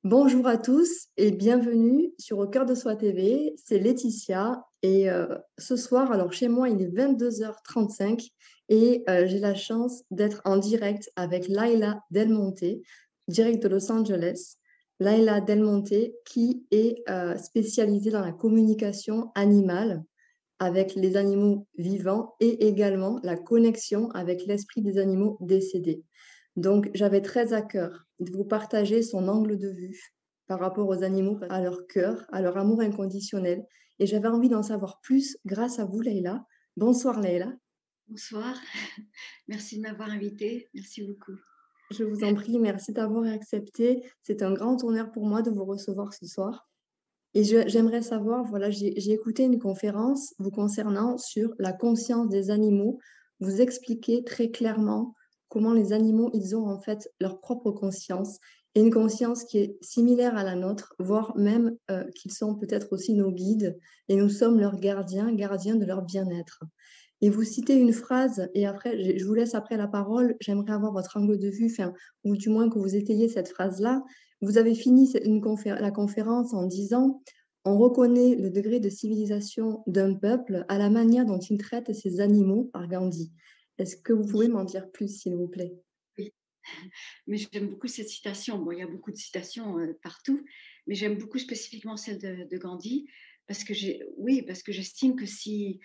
Bonjour à tous et bienvenue sur Au cœur de soi TV, c'est Laetitia et ce soir, alors chez moi il est 22h35 et j'ai la chance d'être en direct avec Laila Del Monte, direct de Los Angeles. Laila Del Monte qui est spécialisée dans la communication animale avec les animaux vivants et également la connexion avec l'esprit des animaux décédés. Donc, j'avais très à cœur de vous partager son angle de vue par rapport aux animaux, à leur cœur, à leur amour inconditionnel. Et j'avais envie d'en savoir plus grâce à vous, Leïla. Bonsoir, Leïla. Bonsoir, merci de m'avoir invitée, merci beaucoup. Je vous en prie, merci d'avoir accepté. C'est un grand honneur pour moi de vous recevoir ce soir. Et j'aimerais savoir, voilà, j'ai écouté une conférence vous concernant sur la conscience des animaux. Vous expliquez très clairement comment les animaux, ils ont en fait leur propre conscience et une conscience qui est similaire à la nôtre, voire même qu'ils sont peut-être aussi nos guides et nous sommes leurs gardiens, gardiens de leur bien-être. Et vous citez une phrase, et après, je vous laisse après la parole, j'aimerais avoir votre angle de vue, enfin, ou du moins que vous étayiez cette phrase-là. Vous avez fini la conférence en disant on reconnaît le degré de civilisation d'un peuple à la manière dont il traite ses animaux par Gandhi. Est-ce que vous pouvez m'en dire plus, s'il vous plaît? Oui, mais j'aime beaucoup cette citation. Bon, il y a beaucoup de citations partout, mais j'aime beaucoup spécifiquement celle de Gandhi parce que oui, parce que j'estime que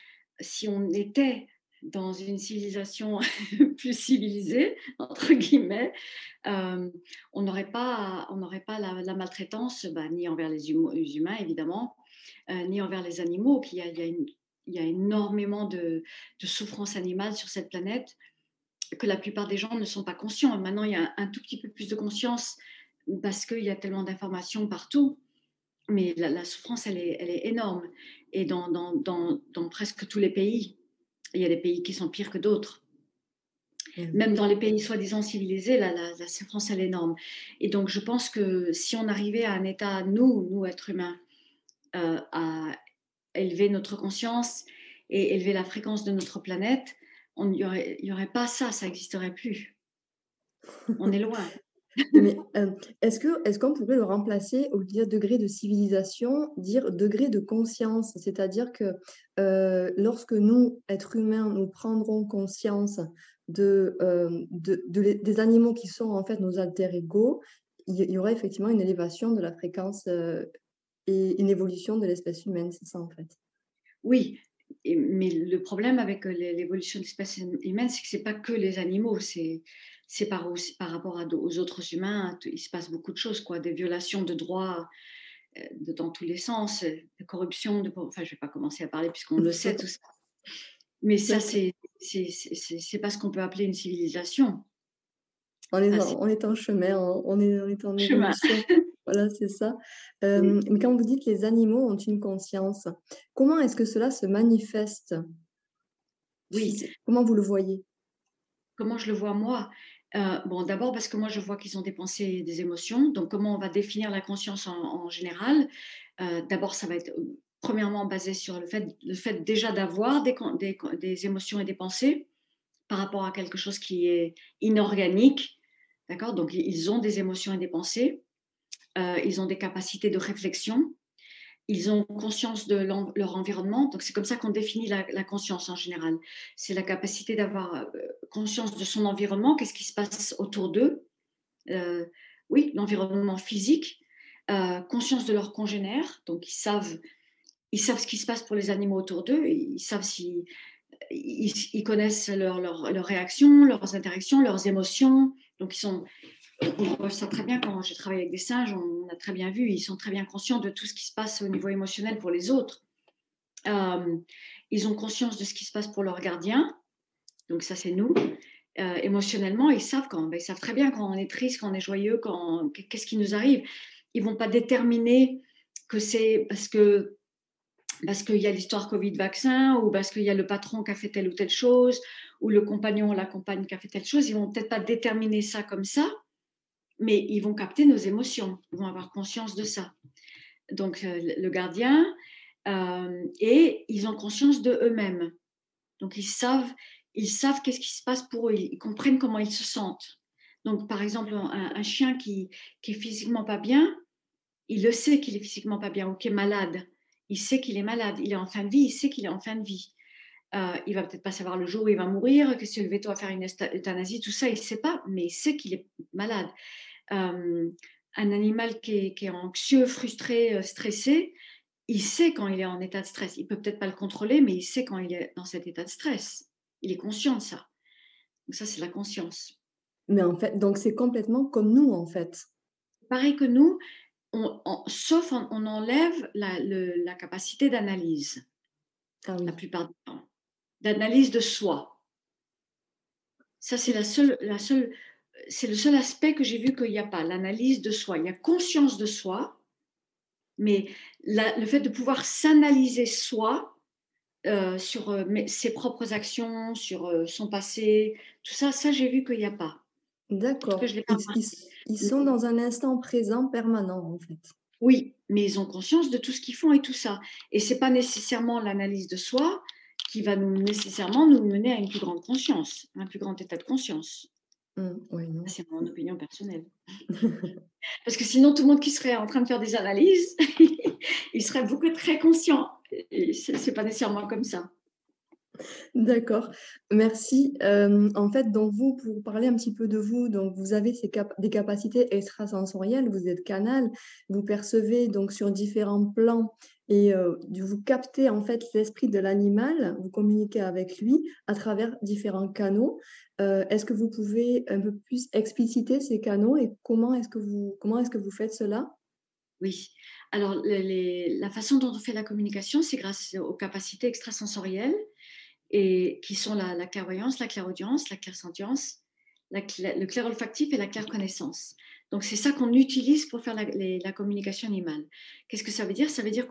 si on était dans une civilisation plus civilisée, entre guillemets, euh, on n'aurait pas la maltraitance, bah, ni envers les humains, évidemment, ni envers les animaux. Il y a énormément de souffrance animale sur cette planète que la plupart des gens ne sont pas conscients. Maintenant, il y a un tout petit peu plus de conscience parce qu'il y a tellement d'informations partout, mais la souffrance, elle est énorme. Et dans presque tous les pays, il y a des pays qui sont pires que d'autres. Mhm. Même dans les pays soi-disant civilisés, la souffrance, elle est énorme. Et donc, je pense que si on arrivait à un état, nous êtres humains, à élever notre conscience et élever la fréquence de notre planète, il n'y aurait pas ça, ça n'existerait plus. On est loin. Mais est-ce qu'on pourrait le remplacer au lieu de degré de civilisation, dire degré de conscience? C'est-à-dire que lorsque nous, êtres humains, nous prendrons conscience des animaux qui sont en fait nos alter ego, il y aurait effectivement une élévation de la fréquence et une évolution de l'espèce humaine, c'est ça en fait. Oui, mais le problème avec l'évolution de l'espèce humaine, c'est que c'est pas que les animaux, c'est aussi par rapport aux autres humains, il se passe beaucoup de choses, quoi, des violations de droits dans tous les sens, de corruption, enfin, je vais pas commencer à parler puisqu'on le sait tout ça. Mais ça, D'accord. c'est pas ce qu'on peut appeler une civilisation. Enfin, c'est On est en chemin, on est en chemin. évolution. Voilà, c'est ça. Oui. Mais quand vous dites les animaux ont une conscience, comment est-ce que cela se manifeste? Oui. Comment vous le voyez? Comment je le vois moi? Bon, d'abord parce que moi je vois qu'ils ont des pensées et des émotions. Donc comment on va définir la conscience en général? D'abord ça va être, premièrement basé sur le fait déjà d'avoir des émotions et des pensées par rapport à quelque chose qui est inorganique, d'accord? Donc ils ont des émotions et des pensées, ils ont des capacités de réflexion, ils ont conscience de leur environnement. Donc, c'est comme ça qu'on définit la conscience en général. C'est la capacité d'avoir conscience de son environnement, qu'est-ce qui se passe autour d'eux. Euh, oui, l'environnement physique, conscience de leurs congénères. Donc, ils savent ce qui se passe pour les animaux autour d'eux. Ils savent si ils connaissent leurs réactions, leurs interactions, leurs émotions. Donc, on voit ça très bien quand j'ai travaillé avec des singes, on a très bien vu, ils sont très bien conscients de tout ce qui se passe au niveau émotionnel pour les autres. Euh, ils ont conscience de ce qui se passe pour leurs gardiens, donc ça c'est nous. Émotionnellement, ils savent très bien quand on est triste, quand on est joyeux, qu'est-ce qui nous arrive. Ils vont pas déterminer que c'est parce qu'il y a l'histoire Covid vaccin ou parce qu'il y a le patron qui a fait telle ou telle chose ou le compagnon ou la compagne qui a fait telle chose. Ils vont peut-être pas déterminer ça comme ça, mais ils vont capter nos émotions, ils vont avoir conscience de ça. Donc, le gardien, et ils ont conscience de eux-mêmes. Donc, ils savent qu'est-ce qui se passe pour eux, ils comprennent comment ils se sentent. Donc, par exemple, un chien qui est physiquement pas bien, il le sait qu'il est physiquement pas bien ou qu'il est malade. Il sait qu'il est malade. Il est en fin de vie, il sait qu'il est en fin de vie. Il va peut-être pas savoir le jour où il va mourir, que si le veto va faire une euthanasie, tout ça, il ne sait pas, mais il sait qu'il est malade. Un animal qui est anxieux, frustré, stressé, il sait quand il est en état de stress. Il peut peut-être pas le contrôler, mais il sait quand il est dans cet état de stress. Il est conscient de ça. Donc ça, c'est la conscience. Mais en fait, donc c'est complètement comme nous, en fait. Pareil que nous, sauf on enlève la capacité d'analyse, Ah la oui, plupart du temps, d'analyse de soi. Ça, c'est c'est le seul aspect que j'ai vu qu'il n'y a pas, l'analyse de soi. Il y a conscience de soi, mais le fait de pouvoir s'analyser soi sur ses propres actions, sur son passé, tout ça, j'ai vu qu'il n'y a pas. En tout cas, je d'accord. ne l'ai pas Ils sont remarqué. dans un instant présent permanent, en fait. Oui, mais ils ont conscience de tout ce qu'ils font et tout ça. Et ce n'est pas nécessairement l'analyse de soi qui va nécessairement nous mener à une plus grande conscience, un plus grand état de conscience. Oui, Ça, non. c'est mon opinion personnelle. Parce que sinon, tout le monde qui serait en train de faire des analyses, il serait beaucoup très conscient. Et ce n'est pas nécessairement comme ça. D'accord, merci. En fait, donc vous, pour parler un petit peu de vous, donc vous avez des capacités extrasensorielles, vous êtes canal, vous percevez donc sur différents plans et vous captez en fait l'esprit de l'animal, vous communiquez avec lui à travers différents canaux. Est-ce que vous pouvez un peu plus expliciter ces canaux et comment est-ce que vous faites cela? Oui. Alors, la façon dont on fait la communication, c'est grâce aux capacités extrasensorielles et qui sont la clairvoyance, la clairaudience, la clairsentience, le clair olfactif et la clairconnaissance. Donc, c'est ça qu'on utilise pour faire la communication animale. Qu'est-ce que ça veut dire? Ça veut dire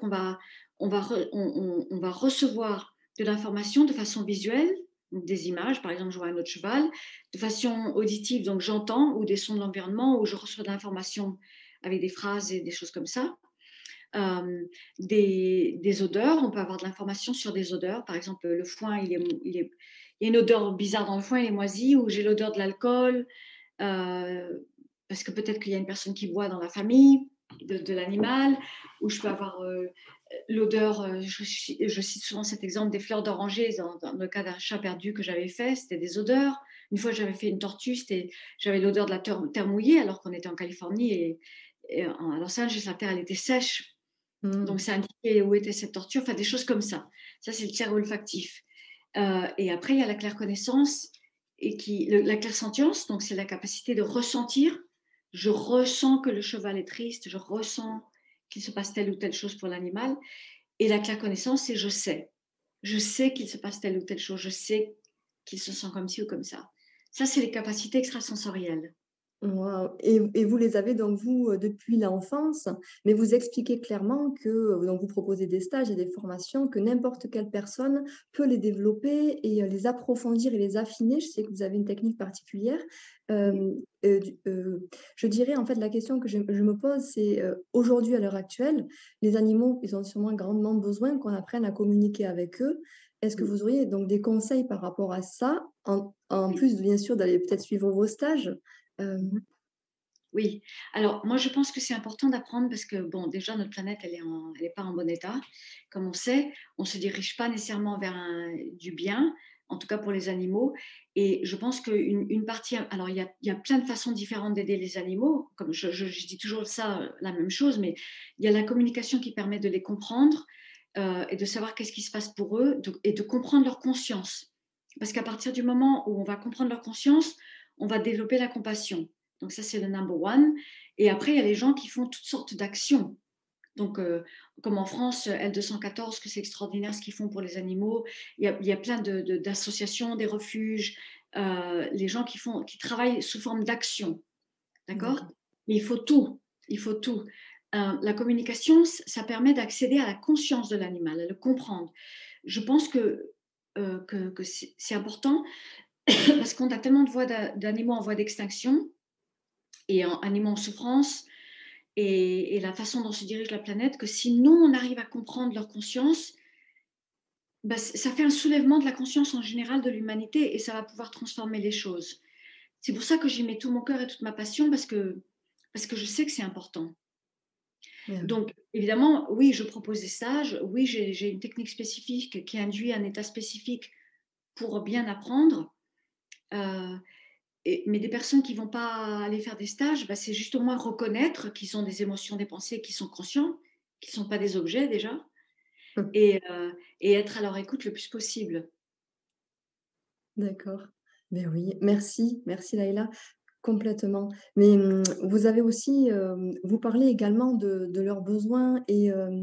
on va recevoir de l'information de façon visuelle, donc des images, par exemple, je vois un autre cheval, de façon auditive, donc j'entends, ou des sons de l'environnement, où je reçois de l'information avec des phrases et des choses comme ça. Des odeurs, on peut avoir de l'information sur des odeurs. Par exemple, le foin, il y a une odeur bizarre dans le foin, il est moisi, ou j'ai l'odeur de l'alcool, parce que peut-être qu'il y a une personne qui boit dans la famille de l'animal, ou je peux avoir l'odeur, je cite souvent cet exemple des fleurs d'oranger dans le cas d'un chat perdu que j'avais fait, c'était des odeurs. Une fois, j'avais fait une tortue, j'avais l'odeur de la terre mouillée alors qu'on était en Californie et à Los Angeles, la terre elle était sèche. Donc, Mmh. ça indiquait où était cette torture, enfin des choses comme ça. Ça, c'est le clair olfactif. Et après, il y a la claire connaissance et la clairsentience, donc c'est la capacité de ressentir. Je ressens que le cheval est triste, je ressens qu'il se passe telle ou telle chose pour l'animal. Et la claire connaissance, c'est je sais. Je sais qu'il se passe telle ou telle chose, je sais qu'il se sent comme ci ou comme ça. Ça, c'est les capacités extrasensorielles. Waouh et vous les avez donc vous, depuis l'enfance, mais vous expliquez clairement que, donc vous proposez des stages et des formations, que n'importe quelle personne peut les développer et les approfondir et les affiner. Je sais que vous avez une technique particulière. Oui. Hem, je dirais en fait la question que je me pose, c'est, aujourd'hui à l'heure actuelle, les animaux, ils ont sûrement grandement besoin qu'on apprenne à communiquer avec eux. Est-ce que Oui. vous auriez donc des conseils par rapport à ça, en Oui. plus bien sûr d'aller peut-être suivre vos stages? Mhm. Oui, alors moi je pense que c'est important d'apprendre parce que bon, déjà notre planète elle est pas en bon état, comme on sait, on se dirige pas nécessairement vers du bien, en tout cas pour les animaux. Et je pense qu'une partie, alors il y a plein de façons différentes d'aider les animaux, comme je dis toujours ça, la même chose, mais il y a la communication qui permet de les comprendre et de savoir qu'est-ce qui se passe pour eux et de comprendre leur conscience. Parce qu'à partir du moment où on va comprendre leur conscience, on va développer la compassion. Donc ça, c'est le number one. Et après, il y a les gens qui font toutes sortes d'actions. Donc, comme en France, L214, que c'est extraordinaire ce qu'ils font pour les animaux. Il y a plein d'associations, des refuges, les gens qui travaillent sous forme d'action. D'accord? D'accord. Mais il faut tout. Il faut tout. La communication, ça permet d'accéder à la conscience de l'animal, à le comprendre. Je pense que c'est important parce qu'on a tellement de voix d'animaux en voie d'extinction et animaux en souffrance et la façon dont se dirige la planète, que si nous, on arrive à comprendre leur conscience, bah, ça fait un soulèvement de la conscience en général de l'humanité et ça va pouvoir transformer les choses. C'est pour ça que j'y mets tout mon cœur et toute ma passion parce que je sais que c'est important. Ouais. Donc, évidemment, oui, je propose des stages, oui, j'ai une technique spécifique qui induit un état spécifique pour bien apprendre. Heu mais des personnes qui vont pas aller faire des stages, bah, c'est justement reconnaître qu'ils ont des émotions, des pensées, qu'ils sont conscients, qu'ils sont pas des objets déjà et être à leur écoute le plus possible. D'accord. Ben oui, merci, merci Laïla, complètement. Mais, vous avez aussi, vous parlez également de leurs besoins et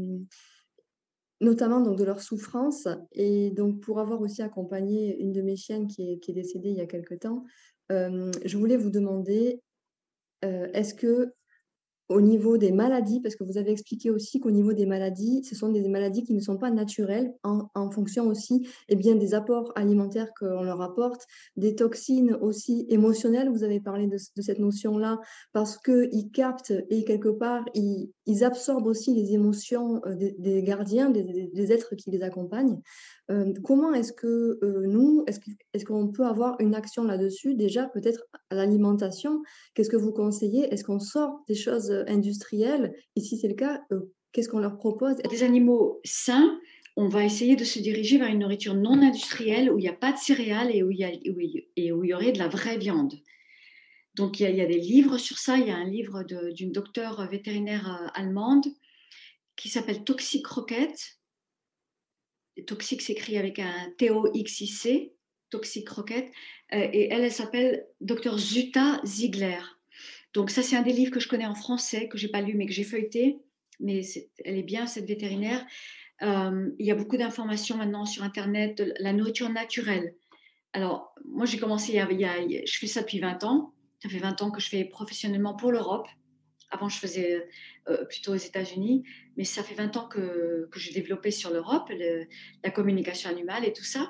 notamment donc de leurs souffrances et donc pour avoir aussi accompagné une de mes chiennes qui est décédée il y a quelque temps, je voulais vous demander, est-ce que au niveau des maladies, parce que vous avez expliqué aussi qu'au niveau des maladies, ce sont des maladies qui ne sont pas naturelles en fonction aussi, eh bien, des apports alimentaires qu'on leur apporte, des toxines aussi émotionnelles. Vous avez parlé de cette notion-là parce qu'ils captent et quelque part, ils absorbent aussi les émotions, des gardiens, des êtres qui les accompagnent. Comment est-ce que, nous, est-ce qu'on peut avoir une action là-dessus? Déjà, peut-être à l'alimentation, qu'est-ce que vous conseillez? Est-ce qu'on sort des choses, industrielles? Et si c'est le cas, qu'est-ce qu'on leur propose? Pour des animaux sains, on va essayer de se diriger vers une nourriture non industrielle où il y a pas de céréales et où il y aurait de la vraie viande. Donc il y a des livres sur ça. Il y a un livre d'une docteure vétérinaire, allemande qui s'appelle Toxic Rocket. Toxic s'écrit avec un Toxic, Toxic Rocket, et elle s'appelle Docteur Zutta Ziegler. Donc ça, c'est un des livres que je connais en français, que j'ai pas lu, mais que j'ai feuilleté. Mais elle est bien, cette vétérinaire. Il y a beaucoup d'informations maintenant sur Internet, de la nourriture naturelle. Alors, moi, j'ai commencé, je fais ça depuis 20 ans. Ça fait 20 ans que je fais professionnellement pour l'Europe. Avant, je faisais plutôt aux États-Unis, mais ça fait 20 ans que j'ai développé sur l'Europe, la communication animale et tout ça.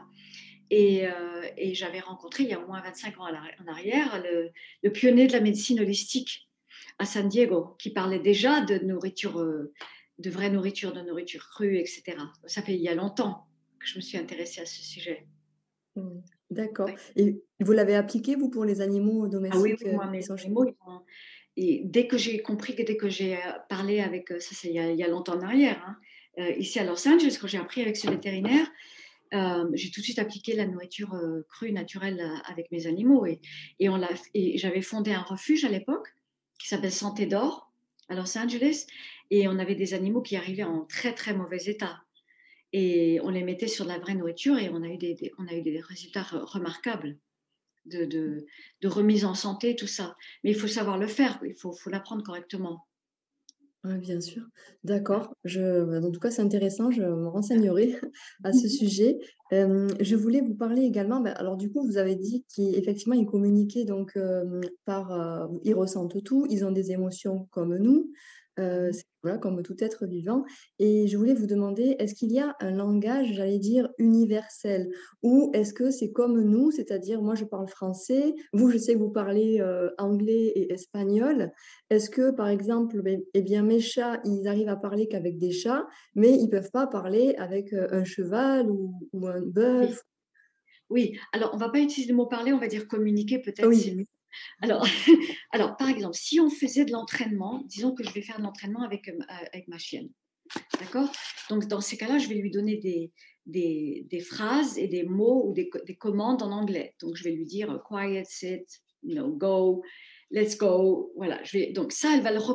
Et j'avais rencontré il y a au moins 25 ans en arrière le pionnier de la médecine holistique à San Diego, qui parlait déjà de nourriture, de vraie nourriture, de nourriture crue, etc. Ça fait il y a longtemps que je me suis intéressée à ce sujet. Mmh. D'accord Ouais. et vous l'avez appliqué, vous, pour les animaux Ah oui, domestiques, oui, moi, qui mes sont chez animaux, vous? et dès que j'ai compris, dès que j'ai parlé avec, ça c'est il y a longtemps en arrière, hein, ici à Los Angeles, quand j'ai appris avec ce vétérinaire, j'ai tout de suite appliqué la nourriture crue, naturelle avec mes animaux. Et j'avais fondé un refuge à l'époque qui s'appelle Santé d'Or à Los Angeles. Et on avait des animaux qui arrivaient en très très mauvais état. Et on les mettait sur de la vraie nourriture et on a eu on a eu des résultats remarquables de, de, de remise en santé, tout ça. Mais il faut savoir le faire, faut l'apprendre correctement. Ouais, bien sûr. D'accord. En tout cas, c'est intéressant, je me renseignerai à ce sujet. Je voulais vous parler également, alors du coup, vous avez dit qu'effectivement, ils communiquaient donc, ils ressentent tout, ils ont des émotions comme nous, Mhm. c'est voilà, comme tout être vivant et je voulais vous demander, est-ce qu'il y a un langage, j'allais dire, universel? Ou est-ce que c'est comme nous, c'est-à-dire moi je parle français, vous, je sais que vous parlez, anglais et espagnol. Est-ce que, par exemple, eh bien, mes chats, ils arrivent à parler qu'avec des chats, mais ils peuvent pas parler avec, un cheval ou un Oui, bœuf? oui. Alors, on va pas utiliser le mot parler, on va dire communiquer, peut-être c'est Oui, mieux. Alors, alors, par exemple, si on faisait de l'entraînement, disons que je vais faire de l'entraînement avec ma chienne, d'accord? Donc, dans ces cas-là, je vais lui donner des phrases et des mots ou des commandes en anglais. Donc, je vais lui dire quiet, sit, go, let's go. Voilà. Donc, ça,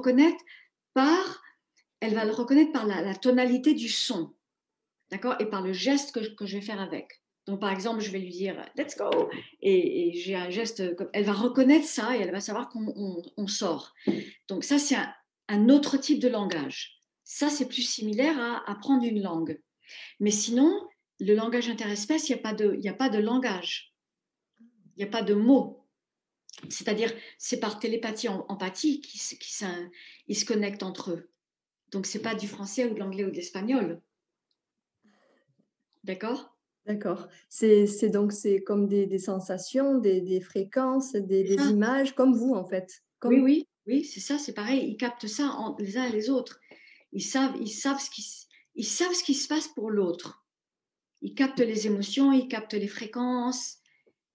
par, elle va le reconnaître par la tonalité du son, d'accord? Et par le geste que je vais faire avec. Donc, par exemple, je vais lui dire let's go, et j'ai un geste, elle va reconnaître ça et elle va savoir qu'on sort. Donc, ça, c'est un autre type de langage. Ça, c'est plus similaire à apprendre une langue. Mais sinon, le langage interespèce, il y a pas de langage, il n'y a pas de mots. C'est-à-dire, c'est par télépathie, empathie ils se connectent entre eux. Donc, c'est pas du français ou de l'anglais ou de l'espagnol. D'accord? d'accord. C'est comme des sensations, des fréquences, C'est des ça. images comme vous, en fait? Oui, Comme oui, oui, c'est ça, c'est pareil. Ils captent ça les uns et les autres. Ils savent ce qui se passe pour l'autre. Ils captent les émotions, ils captent les fréquences.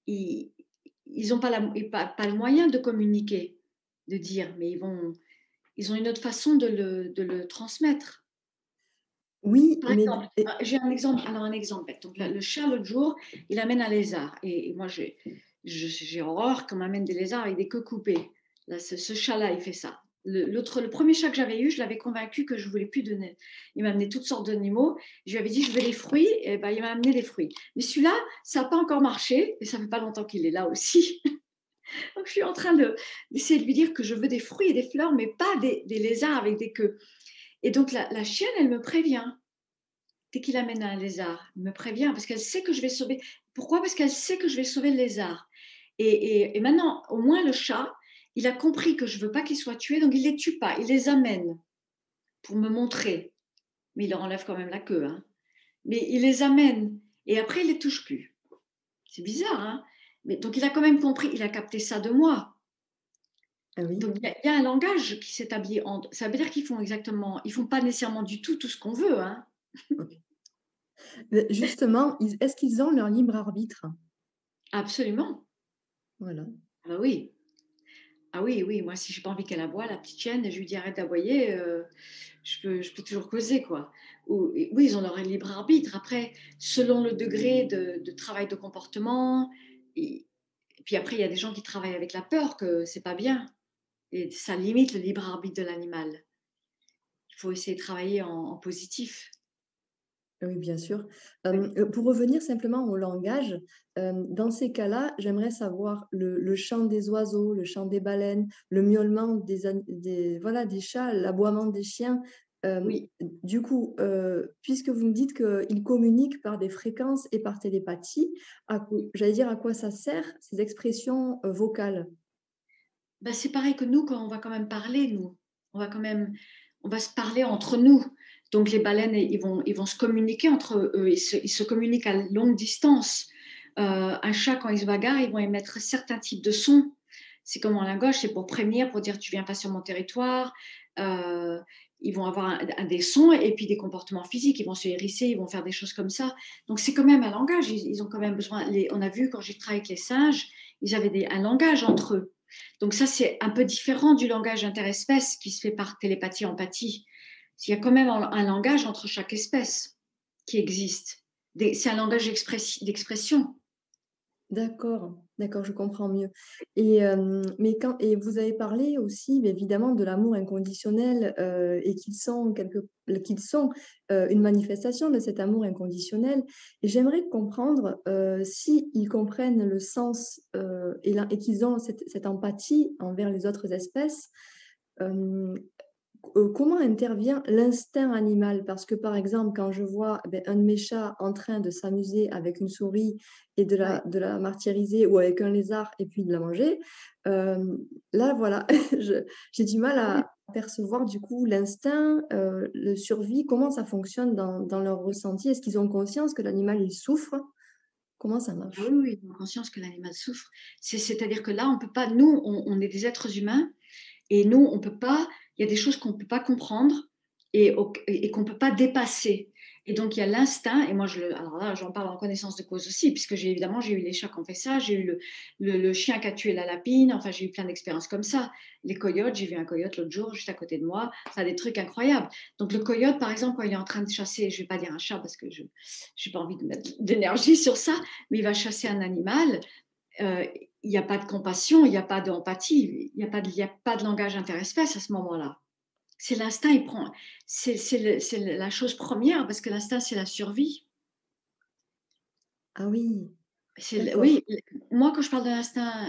Ils n'ont pas le moyen de communiquer, de dire, mais Ils ont une autre façon de le transmettre. Oui, Par mais exemple, j'ai un exemple bête. Donc là, le chat, l'autre jour, il amène un lézard et moi j'ai horreur qu'on m'amène des lézards avec des queues coupées. Là, ce chat-là, il fait ça. Le premier chat que j'avais eu, je l'avais convaincu que je voulais plus donner. Il m'a amené toutes sortes d'animaux. Je lui avais dit: «Je veux des fruits» et ben, il m'a amené des fruits. Mais celui-là, ça n'a pas encore marché et ça fait pas longtemps qu'il est là aussi. Donc je suis en train d'essayer de lui dire que je veux des fruits et des fleurs, mais pas des lézards avec des queues. Et donc la chienne, elle me prévient. Dès qu'il amène un lézard, elle me prévient parce qu'elle sait que je vais sauver. Pourquoi? Parce qu'elle sait que je vais sauver le lézard. Et maintenant, au moins le chat, il a compris que je ne veux pas qu'il soit tué, donc il ne les tue pas, il les amène pour me montrer. Mais il leur enlève quand même la queue, hein. Mais il les amène et après il les touche plus. C'est bizarre, hein? Mais donc il a quand même compris, il a capté ça de moi. ah oui, Donc il y a un langage qui s'établit entre. Ça veut dire ils font pas nécessairement du tout ce qu'on veut, hein. OK. Justement, est-ce qu'ils ont leur libre arbitre? Absolument. Voilà. Ah bah oui. Ah oui, oui, moi si j'ai pas envie qu'elle aboie, la petite chienne, je lui dis: «Arrête d'aboyer», je peux toujours causer, quoi. Ou et oui, ils ont leur libre arbitre. Après, selon le degré de travail de comportement et puis après, il y a des gens qui travaillent avec la peur, que c'est pas bien et ça limite le libre arbitre de l'animal. Il faut essayer de travailler en positif. Oui, bien sûr. Oui. Pour revenir simplement au langage, dans ces cas-là, j'aimerais savoir le chant des oiseaux, le chant des baleines, le miaulement des voilà, des chats, l'aboiement des chiens. Hem, Oui. du coup, puisque vous me dites qu'ils communiquent par des fréquences et par télépathie, Oui. j'allais dire à quoi ça sert ces expressions, vocales? Bah, c'est pareil que nous quand on va quand même parler, nous. On va quand même on va se parler entre nous. Donc les baleines, ils vont se communiquer entre eux, ils se communiquent à longue distance. Un chat, quand il se bagarre, ils vont émettre certains types de sons. C'est comme en langage, c'est pour prévenir, pour dire: «Tu viens pas sur mon territoire». Heu, Ils vont avoir des sons et puis des comportements physiques. Ils vont se hérisser, ils vont faire des choses comme ça. Donc c'est quand même un langage. Ils ont quand même besoin on a vu quand j'ai travaillé avec les singes, ils avaient un langage entre eux. Donc ça, c'est un peu différent du langage interespèce qui se fait par télépathie, empathie. Il y a quand même un langage entre chaque espèce qui existe. C'est un langage d'expression. D'accord, d'accord, je comprends mieux et mais et vous avez parlé aussi, beh, évidemment de l'amour inconditionnel, et qu'ils sont, une manifestation de cet amour inconditionnel et j'aimerais comprendre, s'ils comprennent le sens, et qu'ils ont cette empathie envers les autres espèces, hem comment intervient l'instinct animal? Parce que, par exemple, quand je vois, un de mes chats en train de s'amuser avec une souris et Ouais. de la martyriser ou avec un lézard et puis de la manger, hem, là, voilà, je j'ai du mal Ah oui, à percevoir, du coup, l'instinct, le survie, comment ça fonctionne dans leur ressenti? Est-ce qu'ils ont conscience que l'animal, il souffre? Comment ça ah oui, marche? oui, ils ont conscience que l'animal souffre. C'est-à-dire que là, on peut pas nous, on est des êtres humains et nous, on peut pas il y a des choses qu'on ne peut pas comprendre et qu'on ne peut pas dépasser. Et donc il y a l'instinct et moi alors là, j'en parle en connaissance de cause aussi puisque j'ai eu les chats qui ont fait ça, j'ai eu le chien qui a tué la lapine, enfin j'ai eu plein d'expériences comme ça. Les coyotes, j'ai vu un coyote l'autre jour juste à côté de moi, enfin des trucs incroyables. Donc le coyote, par exemple, quand il est en train de chasser, je vais pas dire un chat parce que je n'ai pas envie de mettre d'énergie sur ça, mais il va chasser un animal, il n'y a pas de compassion, il n'y a pas d'empathie, il y a pas de langage interespèce à ce moment-là. C'est l'instinct, il prend c'est la chose première parce que l'instinct, c'est la survie. Ah oui, Oui, d'accord. moi, quand je parle de l'instinct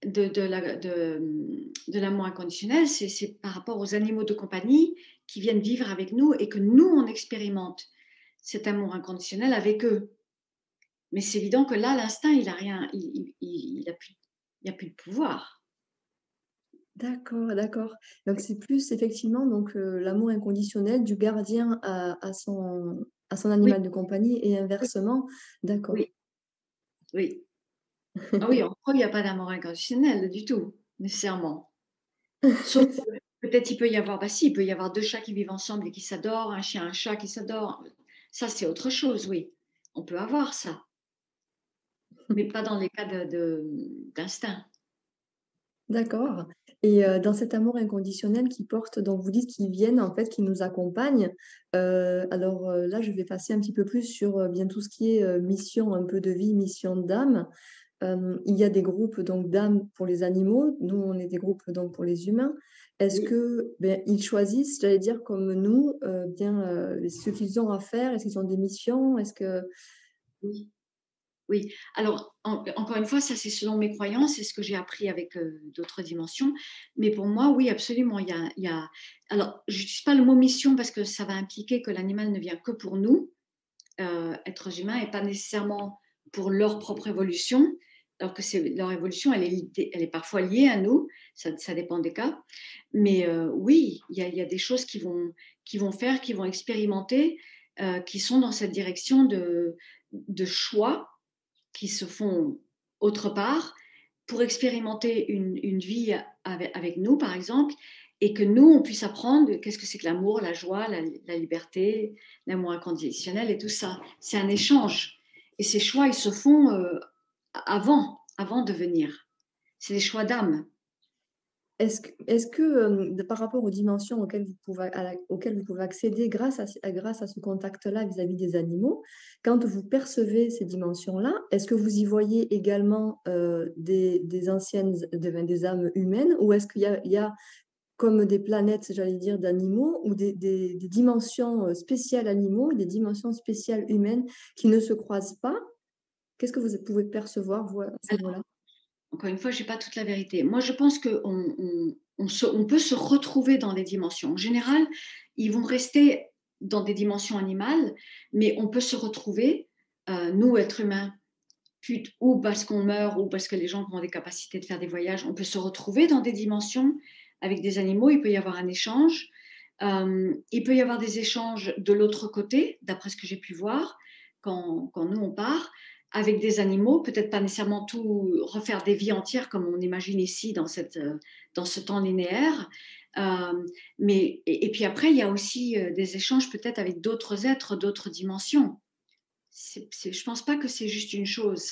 de l'amour inconditionnel, c'est par rapport aux animaux de compagnie qui viennent vivre avec nous et que nous, on expérimente cet amour inconditionnel avec eux. Mais c'est évident que là, l'instinct, il a rien, il a plus de pouvoir. D'accord, d'accord. Donc c'est plus effectivement donc l'amour inconditionnel du gardien à son Oui, animal de compagnie et oui, inversement. D'accord. oui, oui. Ah oui, entre eux, il y a pas d'amour inconditionnel du tout, nécessairement. Sauf que peut-être il peut y avoir bah si, il peut y avoir 2 chats qui vivent ensemble et qui s'adorent, un chien, un chat qui s'adorent. Ça, c'est autre chose, oui. On peut avoir ça, mais pas dans les cas d'instinct. D'accord Et dans cet amour inconditionnel qu'ils portent, donc vous dites qu'ils viennent en fait, qu'ils nous accompagnent. Alors, là, je vais passer un petit peu plus sur, bien tout ce qui est, mission un peu de vie, mission d'âme. Il y a des groupes donc d'âmes pour les animaux, nous on est des groupes donc pour les humains. Est-ce Oui, que, beh, ils choisissent, j'allais dire comme nous, bien, ce qu'ils ont à faire? Est-ce qu'ils ont des missions? Est-ce que oui. Oui, alors encore une fois, ça c'est selon mes croyances, c'est ce que j'ai appris avec, d'autres dimensions. Mais pour moi, oui, absolument, il y a alors j'utilise pas le mot mission parce que ça va impliquer que l'animal ne vient que pour nous, êtres humains et pas nécessairement pour leur propre évolution, alors que c'est leur évolution, elle est parfois liée à nous, ça dépend des cas. Mais, oui, il y a des choses qui vont faire, qui vont expérimenter, qui sont dans cette direction de choix qui se font autre part pour expérimenter une vie avec nous, par exemple, et que nous, on puisse apprendre qu'est-ce que c'est que l'amour, la joie, la liberté, l'amour inconditionnel et tout ça. C'est un échange. Et ces choix, ils se font avant de venir. C'est des choix d'âme. est-ce que, de par rapport aux dimensions auxquelles vous pouvez accéder grâce à ce contact-là vis-à-vis des animaux, quand vous percevez ces dimensions-là, est-ce que vous y voyez également, des anciennes des âmes humaines? Ou est-ce qu'il y a comme des planètes, j'allais dire, d'animaux ou des dimensions, spéciales animaux, des dimensions spéciales humaines qui ne se croisent pas? Qu'est-ce que vous pouvez percevoir, vous, à ce niveau-là? Encore une fois, je n'ai pas toute la vérité. Moi, je pense qu'on peut se retrouver dans les dimensions. En général, ils vont rester dans des dimensions animales, mais on peut se retrouver, nous, êtres humains, ou parce qu'on meurt, ou parce que les gens ont des capacités de faire des voyages, on peut se retrouver dans des dimensions avec des animaux. Il peut y avoir un échange. Il peut y avoir des échanges de l'autre côté, d'après ce que j'ai pu voir, quand nous, on part avec des animaux, peut-être pas nécessairement tout refaire des vies entières comme on imagine ici dans ce temps linéaire. Mais, et puis après, il y a aussi des échanges peut-être avec d'autres êtres, d'autres dimensions. Je pense pas que c'est juste une chose.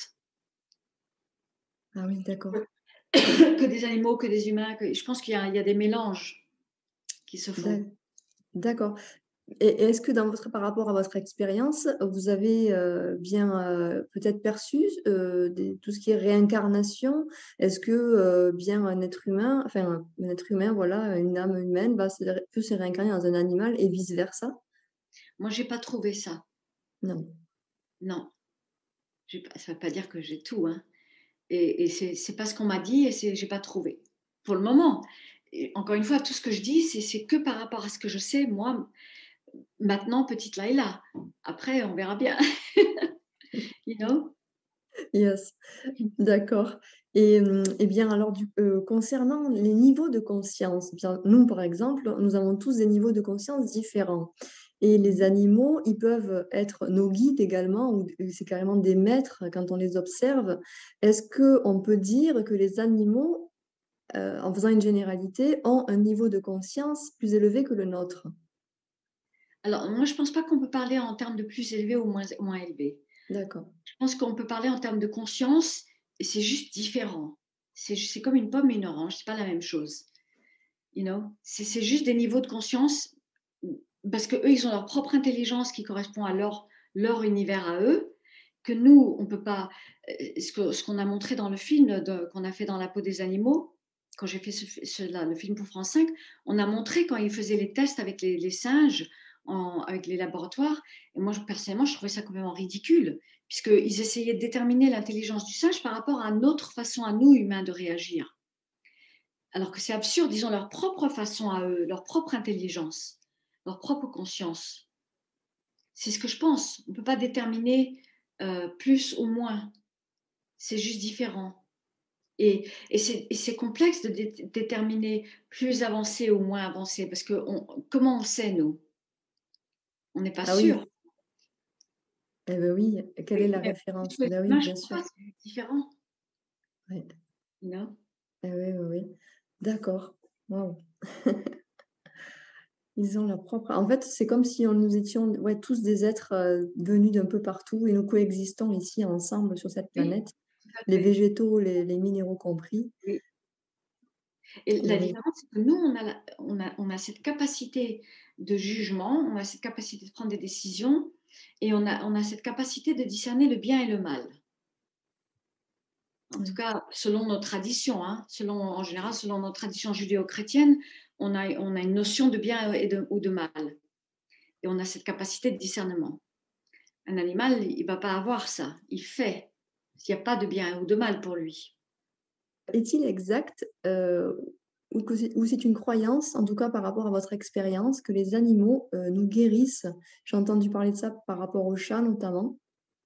Ah oui, d'accord. Que des animaux, que des humains. Je pense qu'il y a des mélanges qui se font. D'accord. Et est-ce que par rapport à votre expérience, vous avez, bien, peut-être perçu, tout ce qui est réincarnation? Est-ce que, bien un être humain, enfin un être humain, voilà, une âme humaine peut se réincarner dans un animal et vice versa? Moi, j'ai pas trouvé ça. Non. Non. Ça ne veut pas dire que j'ai tout, hein. Et c'est pas ce qu'on m'a dit et j'ai pas trouvé. Pour le moment. Et encore une fois, tout ce que je dis, c'est que par rapport à ce que je sais, moi, maintenant, petite Laïla. Après, on verra bien. You know? Yes, d'accord. Et bien alors concernant les niveaux de conscience, bien nous, par exemple, nous avons tous des niveaux de conscience différents et les Mhm. animaux, ils peuvent être nos guides également ou c'est carrément des maîtres quand on les observe. Est-ce qu'on peut dire que les animaux, en faisant une généralité, ont un niveau de conscience plus élevé que le nôtre? Alors, moi, je pense pas qu'on peut parler en termes de plus élevé ou moins élevé. D'accord. Je pense qu'on peut parler en termes de conscience et c'est juste différent. C'est comme une pomme et une orange, c'est pas la même chose. You know? C'est juste des niveaux de conscience parce qu'eux, ils ont leur propre intelligence qui correspond à leur univers à eux, que nous, on peut pas. Ce qu'on a montré dans le film qu'on a fait dans la peau des animaux, quand j'ai fait le film pour France 5, on a montré quand ils faisaient les tests avec les singes, avec les laboratoires. Et moi, personnellement, je trouvais ça complètement ridicule, puisqu'ils essayaient de déterminer l'intelligence du singe par rapport à notre façon à nous, humains, de réagir. Alors que c'est absurde, ils ont leur propre façon à eux, leur propre intelligence, leur propre conscience. C'est ce que je pense. On ne peut pas déterminer plus ou moins. C'est juste différent. Et c'est complexe de déterminer plus avancé ou moins avancé, parce que comment on sait, nous? On n'est pas Ah oui, sûr. eh ben oui, quelle est Oui, la mais référence? mais Ben oui, l'image bien qu'on voit, sûr. c'est différent. Ouais. You know? Eh oui, oui, oui. D'accord. Waouh! Ils ont leur propre en fait, c'est comme si nous étions, ouais, tous des êtres, venus d'un peu partout et nous coexistons ici ensemble sur cette Oui, planète, tout à les fait. végétaux, les minéraux compris. Oui. Et Eh la oui. différence, c'est que nous, on a cette capacité de jugement, on a cette capacité de prendre des décisions et on a cette capacité de discerner le bien et le mal. En tout Oui. cas, selon nos traditions, hein, en général, selon nos traditions judéo-chrétiennes, on a une notion de bien ou de mal. Et on a cette capacité de discernement. Un animal, il ne va pas avoir ça. Il fait. Il n'y a pas de bien ou de mal pour lui. Est-il exact, ou c'est une croyance, en tout cas par rapport à votre expérience, que les animaux, nous guérissent? J'ai entendu parler de ça par rapport aux chats notamment.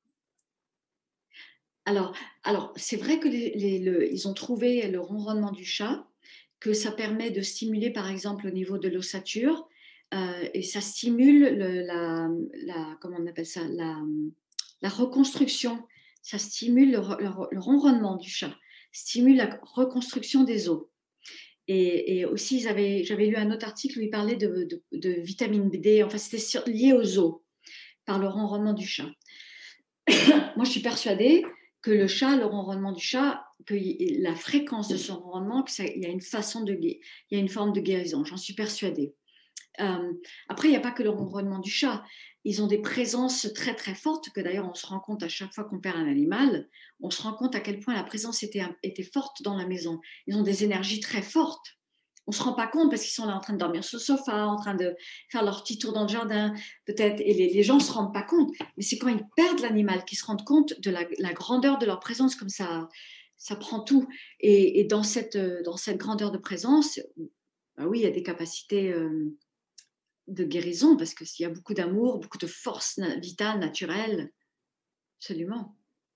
Alors, alors c'est vrai que ils ont trouvé le ronronnement du chat, que ça permet de stimuler, par exemple, au niveau de l'ossature, et ça stimule comment on appelle ça, la reconstruction. Ça stimule le ronronnement du chat, stimule la reconstruction des os. Et aussi, j'avais lu un autre article où il parlait de vitamine D, enfin, c'était lié aux os, par le ronronnement du chat. Moi, je suis persuadée que le chat, le ronronnement du chat, que la fréquence de son ronronnement, il y a une il y a une forme de guérison. J'en suis persuadée. Après, il n'y a pas que le ronronnement du chat. Ils ont des présences très très fortes que d'ailleurs on se rend compte à chaque fois qu'on perd un animal, on se rend compte à quel point la présence était forte dans la maison. Ils ont des énergies très fortes. On ne se rend pas compte parce qu'ils sont là en train de dormir sur le sofa, en train de faire leur petit tour dans le jardin, peut-être, et les gens ne se rendent pas compte. Mais c'est quand ils perdent l'animal qu'ils se rendent compte de la grandeur de leur présence, comme ça prend tout. Et dans cette grandeur de présence, bah oui, il y a des capacités de guérison parce que s'il y a beaucoup d'amour, beaucoup de force vitale, naturelle, absolument.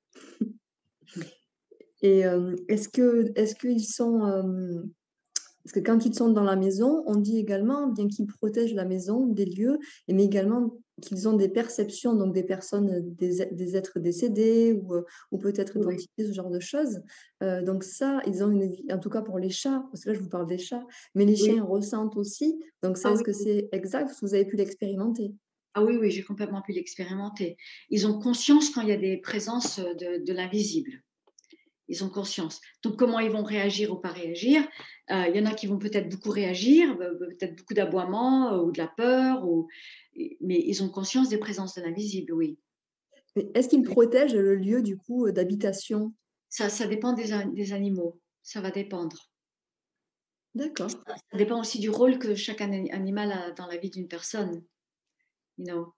Et est-ce qu'ils sont, parce que quand ils sont dans la maison, on dit également, bien qu'ils protègent la maison, des lieux, mais également qu'ils ont des perceptions, donc des personnes, des êtres décédés ou peut-être Oui, identifiés, ce genre de choses. Donc ça, ils ont en tout cas pour les chats, parce que là je vous parle des chats, mais les oui. chiens ressentent aussi. Donc ça, Ah est-ce oui, que c'est exact? Est-ce que vous avez pu l'expérimenter? ah oui, oui, j'ai complètement pu l'expérimenter. Ils ont conscience quand il y a des présences de l'invisible. Ils ont conscience. Donc, comment ils vont réagir ou pas réagir? Il y en a qui vont peut-être beaucoup réagir, peut-être beaucoup d'aboiements ou de la peur, mais ils ont conscience des présences de l'invisible, oui. Mais est-ce qu'ils protègent le lieu du coup, d'habitation? Ça dépend des animaux. Ça va dépendre. D'accord. Ça dépend aussi du rôle que chaque animal a dans la vie d'une personne. You know?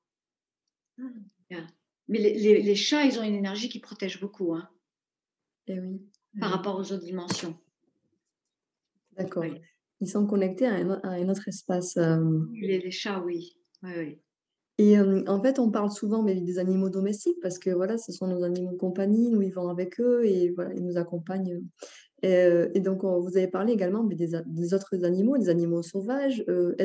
Yeah. Mais les chats, ils ont une énergie qui protège beaucoup, hein, Eh oui, eh par oui, rapport aux autres dimensions. d'accord. Oui. Ils sont connectés à un autre espace, Oui, les chats, oui. Oui, oui. et en fait, on parle souvent, mais des animaux domestiques parce que voilà, ce sont nos animaux de compagnie, nous vivons avec eux et voilà, ils nous accompagnent, et donc vous avez parlé également, mais des autres animaux, des animaux sauvages.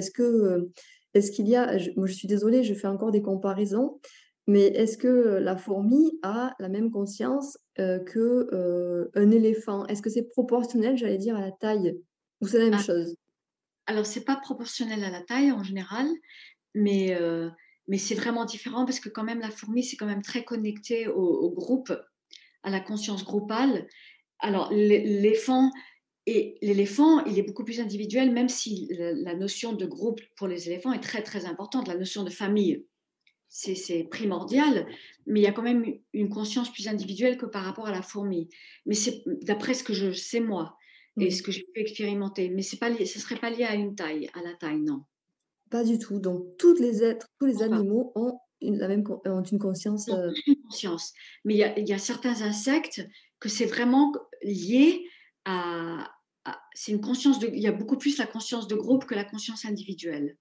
Est-ce qu'il y a moi, je suis désolée, je fais encore des comparaisons, mais est-ce que, la fourmi a la même conscience, un éléphant? Est-ce que c'est proportionnel, j'allais dire, à la taille? Ou c'est la même Ah, chose? alors c'est pas proportionnel à la taille en général, mais heu, mais c'est vraiment différent parce que quand même la fourmi, c'est quand même très connecté au groupe, à la conscience groupale. Alors l'éléphant, il est beaucoup plus individuel, même si la notion de groupe pour les éléphants est très, très importante, la notion de famille. C'est primordial, mais il y a quand même une conscience plus individuelle que par rapport à la fourmi. Mais c'est d'après ce que je sais moi et ce Oui. que j'ai pu expérimenter, mais c'est pas lié, ce serait pas lié à une taille, à la taille, non. Pas du tout, donc tous Je les pense pas. animaux ont ont une conscience, Ils ont tous une conscience, mais il y a certains insectes que c'est vraiment lié à c'est une conscience il y a beaucoup plus la conscience de groupe que la conscience individuelle.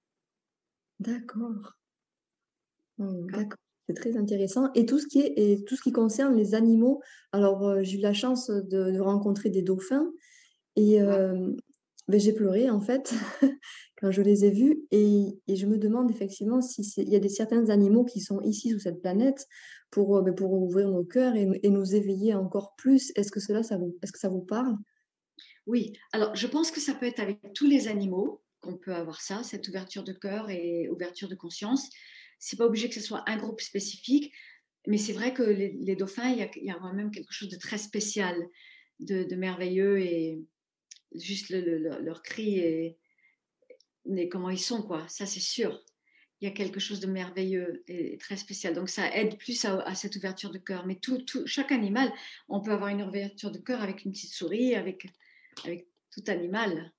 d'accord. Mmh, D'accord. d'accord, c'est très intéressant et tout ce qui concerne les animaux, alors, j'ai eu la chance de rencontrer des dauphins et Ouais. beh, j'ai pleuré en fait quand je les ai vus et je me demande effectivement si c'est il y a des certains animaux qui sont ici sur cette planète pour ouvrir nos cœurs et nous éveiller encore plus. Est-ce que ça vous parle? Oui, alors je pense que ça peut être avec tous les animaux qu'on peut avoir ça, cette ouverture de cœur et ouverture de conscience. C'est pas obligé que ce soit un groupe spécifique, mais c'est vrai que les dauphins, il y a quand même quelque chose de très spécial, de merveilleux juste leur cri et comment ils sont, quoi. Ça, c'est sûr. Il y a quelque chose de merveilleux et très spécial. Donc ça aide plus à cette ouverture de cœur. Mais chaque animal, on peut avoir une ouverture de cœur avec une petite souris, avec tout animal.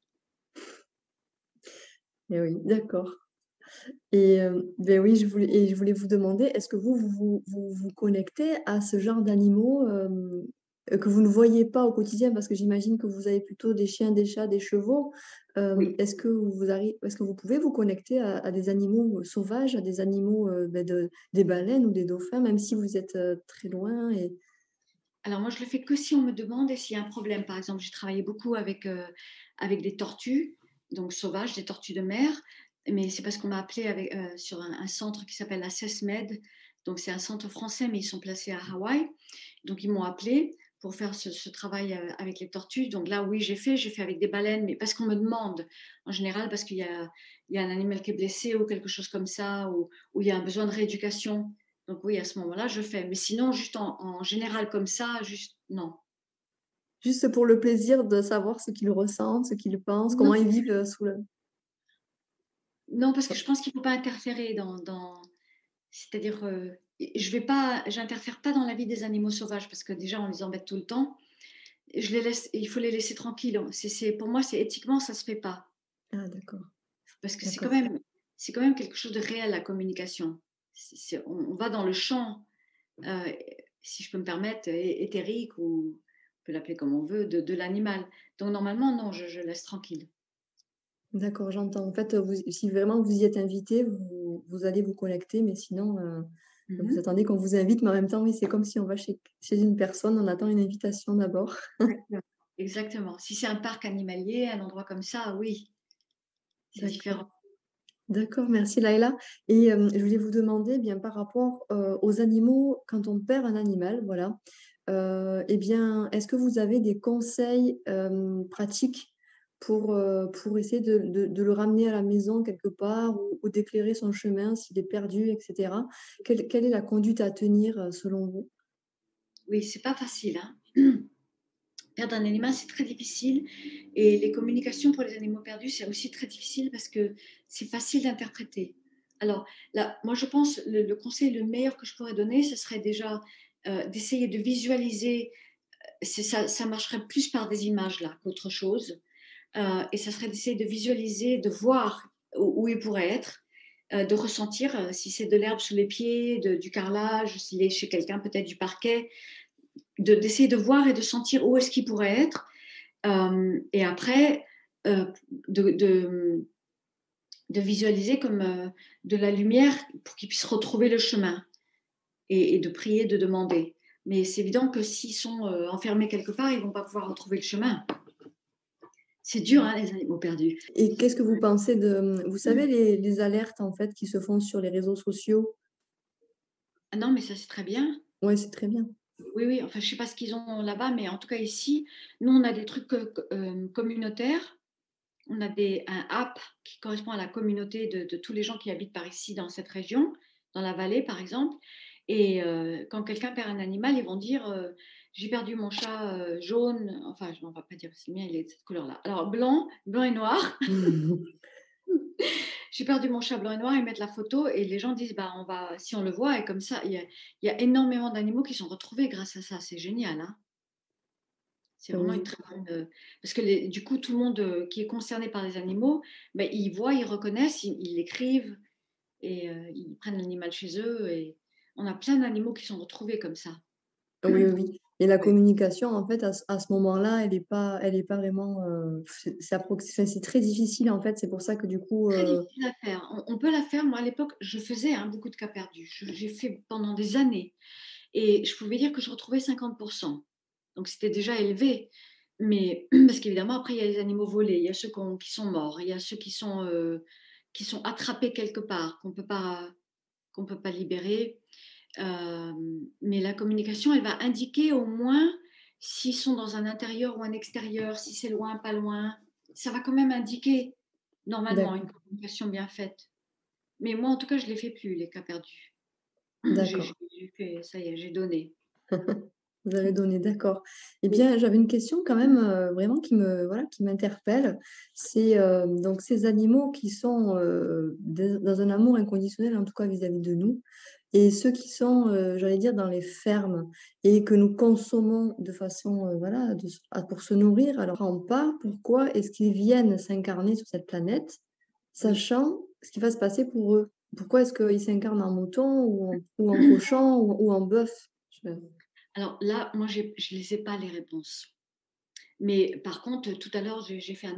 Et oui, d'accord. Et beh, oui, je voulais vous demander, est-ce que vous connectez à ce genre d'animaux, que vous ne voyez pas au quotidien? Parce que j'imagine que vous avez plutôt des chiens, des chats, des chevaux. Oui. Est-ce que vous pouvez vous connecter à des animaux, sauvages, à des animaux, des baleines ou des dauphins, même si vous êtes, très loin et Alors moi, je le fais que si on me demande et s'il y a un problème. Par exemple, j'ai travaillé beaucoup avec des tortues, donc sauvages, des tortues de mer, mais c'est parce qu'on m'a appelé sur un centre qui s'appelle la CESMED. Donc c'est un centre français, mais ils sont placés à Hawaï. Donc ils m'ont appelé pour faire ce travail avec les tortues. Donc là, oui, j'ai fait avec des baleines, mais parce qu'on me demande en général, parce il y a un animal qui est blessé ou quelque chose comme ça, ou il y a un besoin de rééducation. Donc oui, à ce moment-là, je fais. Mais sinon, juste en général comme ça, juste non. juste pour le plaisir de savoir ce qu'ils ressentent, ce qu'ils pensent, comment Non, ils vivent, sous le non, parce que je pense qu'il ne faut pas interférer c'est-à-dire, j'interfère pas dans la vie des animaux sauvages parce que déjà on les embête tout le temps. Je les laisse, il faut les laisser tranquilles. Pour moi, c'est éthiquement, ça se fait pas. ah d'accord, Parce que d'accord. c'est quand même quelque chose de réel, la communication. On va dans le champ, euh, si je peux me permettre, éthérique ou on peut l'appeler comme on veut, de l'animal. Donc normalement, non, je laisse tranquille. D'accord, j'entends. En fait, si vraiment vous y êtes invité, vous allez vous connecter, mais sinon, vous Mhm. attendez qu'on vous invite, mais en même temps, oui, c'est comme si on va chez une personne, on attend une invitation d'abord. Exactement. Exactement. Si c'est un parc animalier, un endroit comme ça, oui, c'est D'accord. différent. D'accord, merci Laïla. Et je voulais vous demander, eh bien, par rapport, aux animaux, quand on perd un animal, voilà, et bien, est-ce que vous avez des conseils, pratiques pour essayer de le ramener à la maison quelque part ou d'éclairer son chemin s'il est perdu et cetera? Quelle est la conduite à tenir, selon vous? Oui, c'est pas facile, hein. Perdre un animal, c'est très difficile et les communications pour les animaux perdus, c'est aussi très difficile parce que c'est facile d'interpréter. Alors là, moi je pense le conseil le meilleur que je pourrais donner, ce serait déjà, d'essayer de visualiser, ça marcherait plus par des images là qu'autre chose, et ça serait d'essayer de visualiser, de voir où il pourrait être, de ressentir, si c'est de l'herbe sous les pieds, du carrelage, s'il est chez quelqu'un, peut-être du parquet, d'essayer de voir et de sentir où est-ce qu'il pourrait être. Et après, de, de, de visualiser comme de la lumière pour qu'ils puissent retrouver le chemin et de prier, de demander. Mais c'est évident que s'ils sont enfermés quelque part, ils ne vont pas pouvoir retrouver le chemin. C'est dur, Mmh. hein, les animaux perdus. Et qu'est-ce que vous pensez de, vous savez les alertes, en fait, qui se font sur les réseaux sociaux? Ah non, mais ça, c'est très bien. Ouais, c'est très bien. Oui, oui, enfin, je ne sais pas ce qu'ils ont là-bas, mais en tout cas, ici, nous, on a des trucs communautaires. On a un app qui correspond à la communauté de tous les gens qui habitent par ici, dans cette région, dans la vallée, par exemple. Et quand quelqu'un perd un animal, ils vont dire j'ai perdu mon chat jaune, enfin, on ne va pas dire c'est le mien, il est de cette couleur-là. Alors, blanc et noir. J'ai perdu mon chat blanc et noir, ils mettent la photo et les gens disent bah, si on le voit, et comme ça, il y a énormément d'animaux qui sont retrouvés grâce à ça. C'est génial, hein. C'est vraiment une Oui. très bonne, parce que du coup, tout le monde qui est concerné par les animaux, ben, ils voient, ils reconnaissent, ils l'écrivent et ils prennent l'animal chez eux. Et on a plein d'animaux qui sont retrouvés comme ça. Oui, oui, oui. Et la Oui. communication, en fait, à ce moment-là, elle est pas vraiment, c'est très difficile, en fait. C'est pour ça que du coup, Très difficile à faire. On peut la faire. Moi, à l'époque, je faisais hein, beaucoup de cas perdus. J'ai fait pendant des années. Et je pouvais dire que je retrouvais 50%. Donc, c'était déjà élevé. Mais parce qu'évidemment, après, il y a les animaux volés, il y a ceux qui sont morts, il y a ceux qui sont attrapés quelque part, qu'on peut pas libérer. Mais la communication, elle va indiquer au moins s'ils sont dans un intérieur ou un extérieur, si c'est loin, pas loin. Ça va quand même indiquer normalement une d'accord, communication bien faite. Mais moi, en tout cas, je ne les fais plus, les cas perdus. d'accord. J'ai fait, ça y est, j'ai donné. Vous avez donné, d'accord. Eh bien, j'avais une question quand même, vraiment qui me voilà, qui m'interpelle. C'est, donc ces animaux qui sont, dans un amour inconditionnel, en tout cas vis-à-vis de nous et ceux qui sont, j'allais dire dans les fermes et que nous consommons de façon, voilà, pour se nourrir. Alors, on pas pourquoi est-ce qu'ils viennent s'incarner sur cette planète, Oui. sachant ce qui va se passer pour eux? Pourquoi est-ce qu'ils s'incarnent en mouton ou en cochon ou en bœuf? Je Alors là, moi, je ne les ai pas les réponses. Mais par contre, tout à l'heure, j'ai fait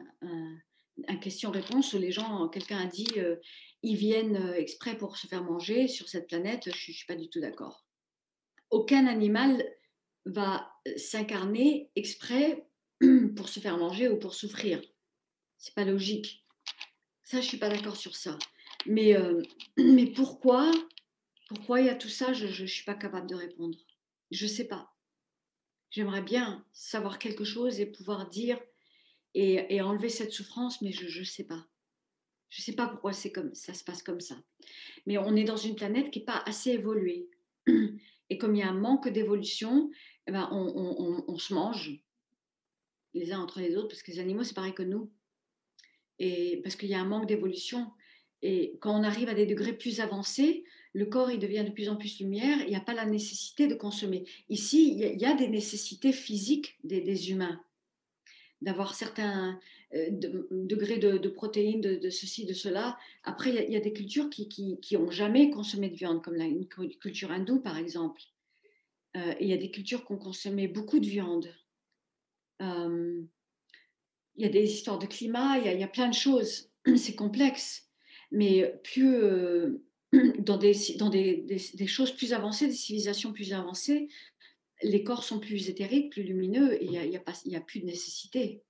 un question-réponse où les gens, quelqu'un a dit, ils viennent exprès pour se faire manger sur cette planète. Je ne suis pas du tout d'accord. Aucun animal va s'incarner exprès pour se faire manger ou pour souffrir. C'est pas logique. Ça, je suis pas d'accord sur ça. Mais, mais pourquoi il y a tout ça, je ne suis pas capable de répondre. Je ne sais pas. J'aimerais bien savoir quelque chose et pouvoir dire et enlever cette souffrance, mais je ne sais pas. Je ne sais pas pourquoi ça se passe comme ça. Mais on est dans une planète qui n'est pas assez évoluée. Et comme il y a un manque d'évolution, eh ben, on se mange les uns entre les autres, parce que les animaux, c'est pareil que nous. Et parce qu'il y a un manque d'évolution. Et quand on arrive à des degrés plus avancés, le corps il devient de plus en plus lumière, il n'y a pas la nécessité de consommer. Ici, il y a des nécessités physiques des humains, d'avoir certains degrés de protéines, de ceci, de cela. Après, il y a des cultures qui ont jamais consommé de viande, comme une culture hindoue, par exemple. Et il y a des cultures qui ont consommé beaucoup de viande. Euh, il y a des histoires de climat, il y a plein de choses. C'est complexe. Mais plus dans des choses plus avancées, des civilisations plus avancées, les corps sont plus éthériques, plus lumineux, et il y a plus de nécessité.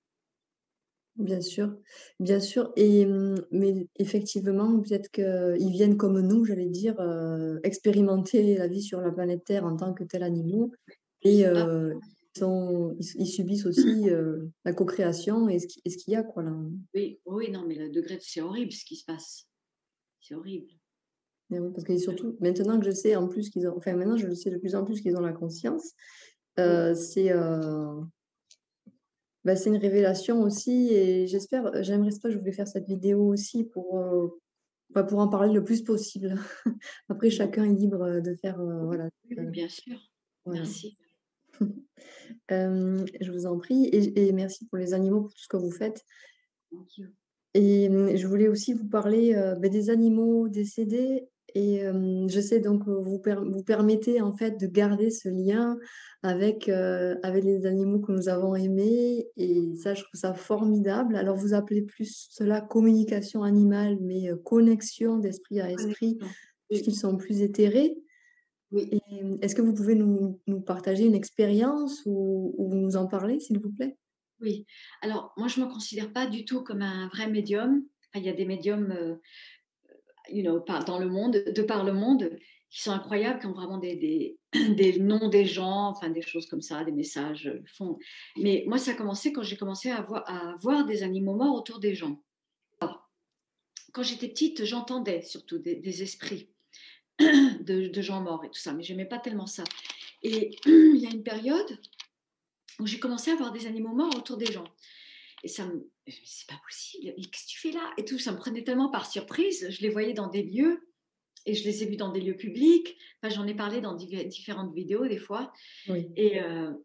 Bien sûr et mais effectivement, peut-être qu'ils viennent comme nous, j'allais dire, expérimenter la vie sur la planète Terre en tant que tels animaux Je et sais pas. ils subissent aussi, la co-création et ce qu'il y a quoi là. Oui, oui, non, mais le degré, c'est horrible ce qui se passe. C'est horrible. Mais oui, parce que surtout maintenant que je sais en plus qu'ils ont enfin maintenant je le sais de plus en plus qu'ils ont la conscience, Oui, c'est, bah, c'est une révélation aussi et j'aimerais c'est pour ça que je voulais faire cette vidéo aussi pour, bah, pour en parler le plus possible. Après bon, chacun est libre, de faire, oui, voilà, oui, oui, bien sûr. voilà. Merci. Je vous en prie et merci pour les animaux, pour tout ce que vous faites Thank you. et je voulais aussi vous parler, beh, des animaux décédés et je sais donc, vous permettez en fait de garder ce lien avec les animaux que nous avons aimés et ça, je trouve ça formidable. Alors vous appelez plus cela communication animale, mais connexion d'esprit à esprit, Connexion. Oui, puisqu'ils sont plus éthérés. oui, Et est-ce que vous pouvez nous partager une expérience ou nous en parler, s'il vous plaît? oui. Alors, moi, je ne me considère pas du tout comme un vrai médium. Enfin, il y a des médiums, dans le monde, de par le monde, qui sont incroyables, qui ont vraiment des noms des gens, enfin des choses comme ça, des messages font. Mais moi, ça a commencé quand j'ai commencé à voir des animaux morts autour des gens. Quand j'étais petite, j'entendais surtout des esprits de gens morts et tout ça, mais j'aimais pas tellement ça. Et il y a une période où j'ai commencé à voir des animaux morts autour des gens. Et c'est pas possible, et qu'est-ce que tu fais là? Et tout, ça me prenait tellement par surprise. Je les voyais dans des lieux, et je les ai vus dans des lieux publics. Enfin, j'en ai parlé dans différentes vidéos des fois. Oui. Et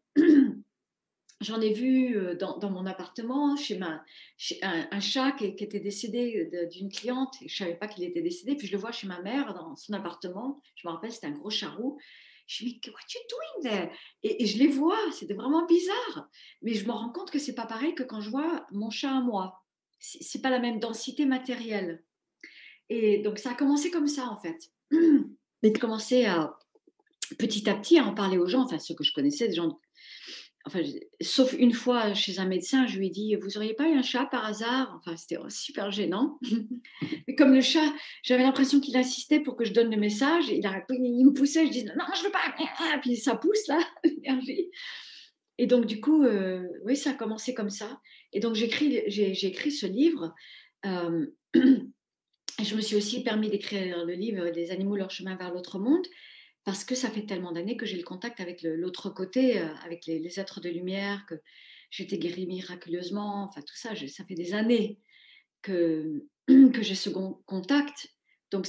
j'en ai vu dans mon appartement, chez un chat qui était décédé d'une cliente. Et je ne savais pas qu'il était décédé. Puis je le vois chez ma mère dans son appartement. Je me rappelle, c'était un gros chat roux. Je me dis, what you doing there? Et je les vois, c'était vraiment bizarre. Mais je me rends compte que c'est pas pareil que quand je vois mon chat à moi. C'est pas la même densité matérielle. Et donc ça a commencé comme ça en fait. Mais J'ai commencé petit à petit à en parler aux gens, enfin ceux que je connaissais, des gens. Enfin, sauf une fois chez un médecin, je lui ai dit: «Vous auriez pas eu un chat par hasard?» Enfin, c'était super gênant. Mais comme le chat, j'avais l'impression qu'il insistait pour que je donne le message. Il me poussait, je disais: «Non, je veux pas!» Puis ça pousse là, l'énergie. Et donc du coup, oui, ça a commencé comme ça. Et donc j'ai écrit ce livre, hem et je me suis aussi permis d'écrire le livre «Les animaux, leur chemin vers l'autre monde», parce que ça fait tellement d'années que j'ai le contact avec l'autre côté, avec les êtres de lumière, que j'étais guérie miraculeusement, enfin tout ça, ça fait des années que, que j'ai ce contact. Donc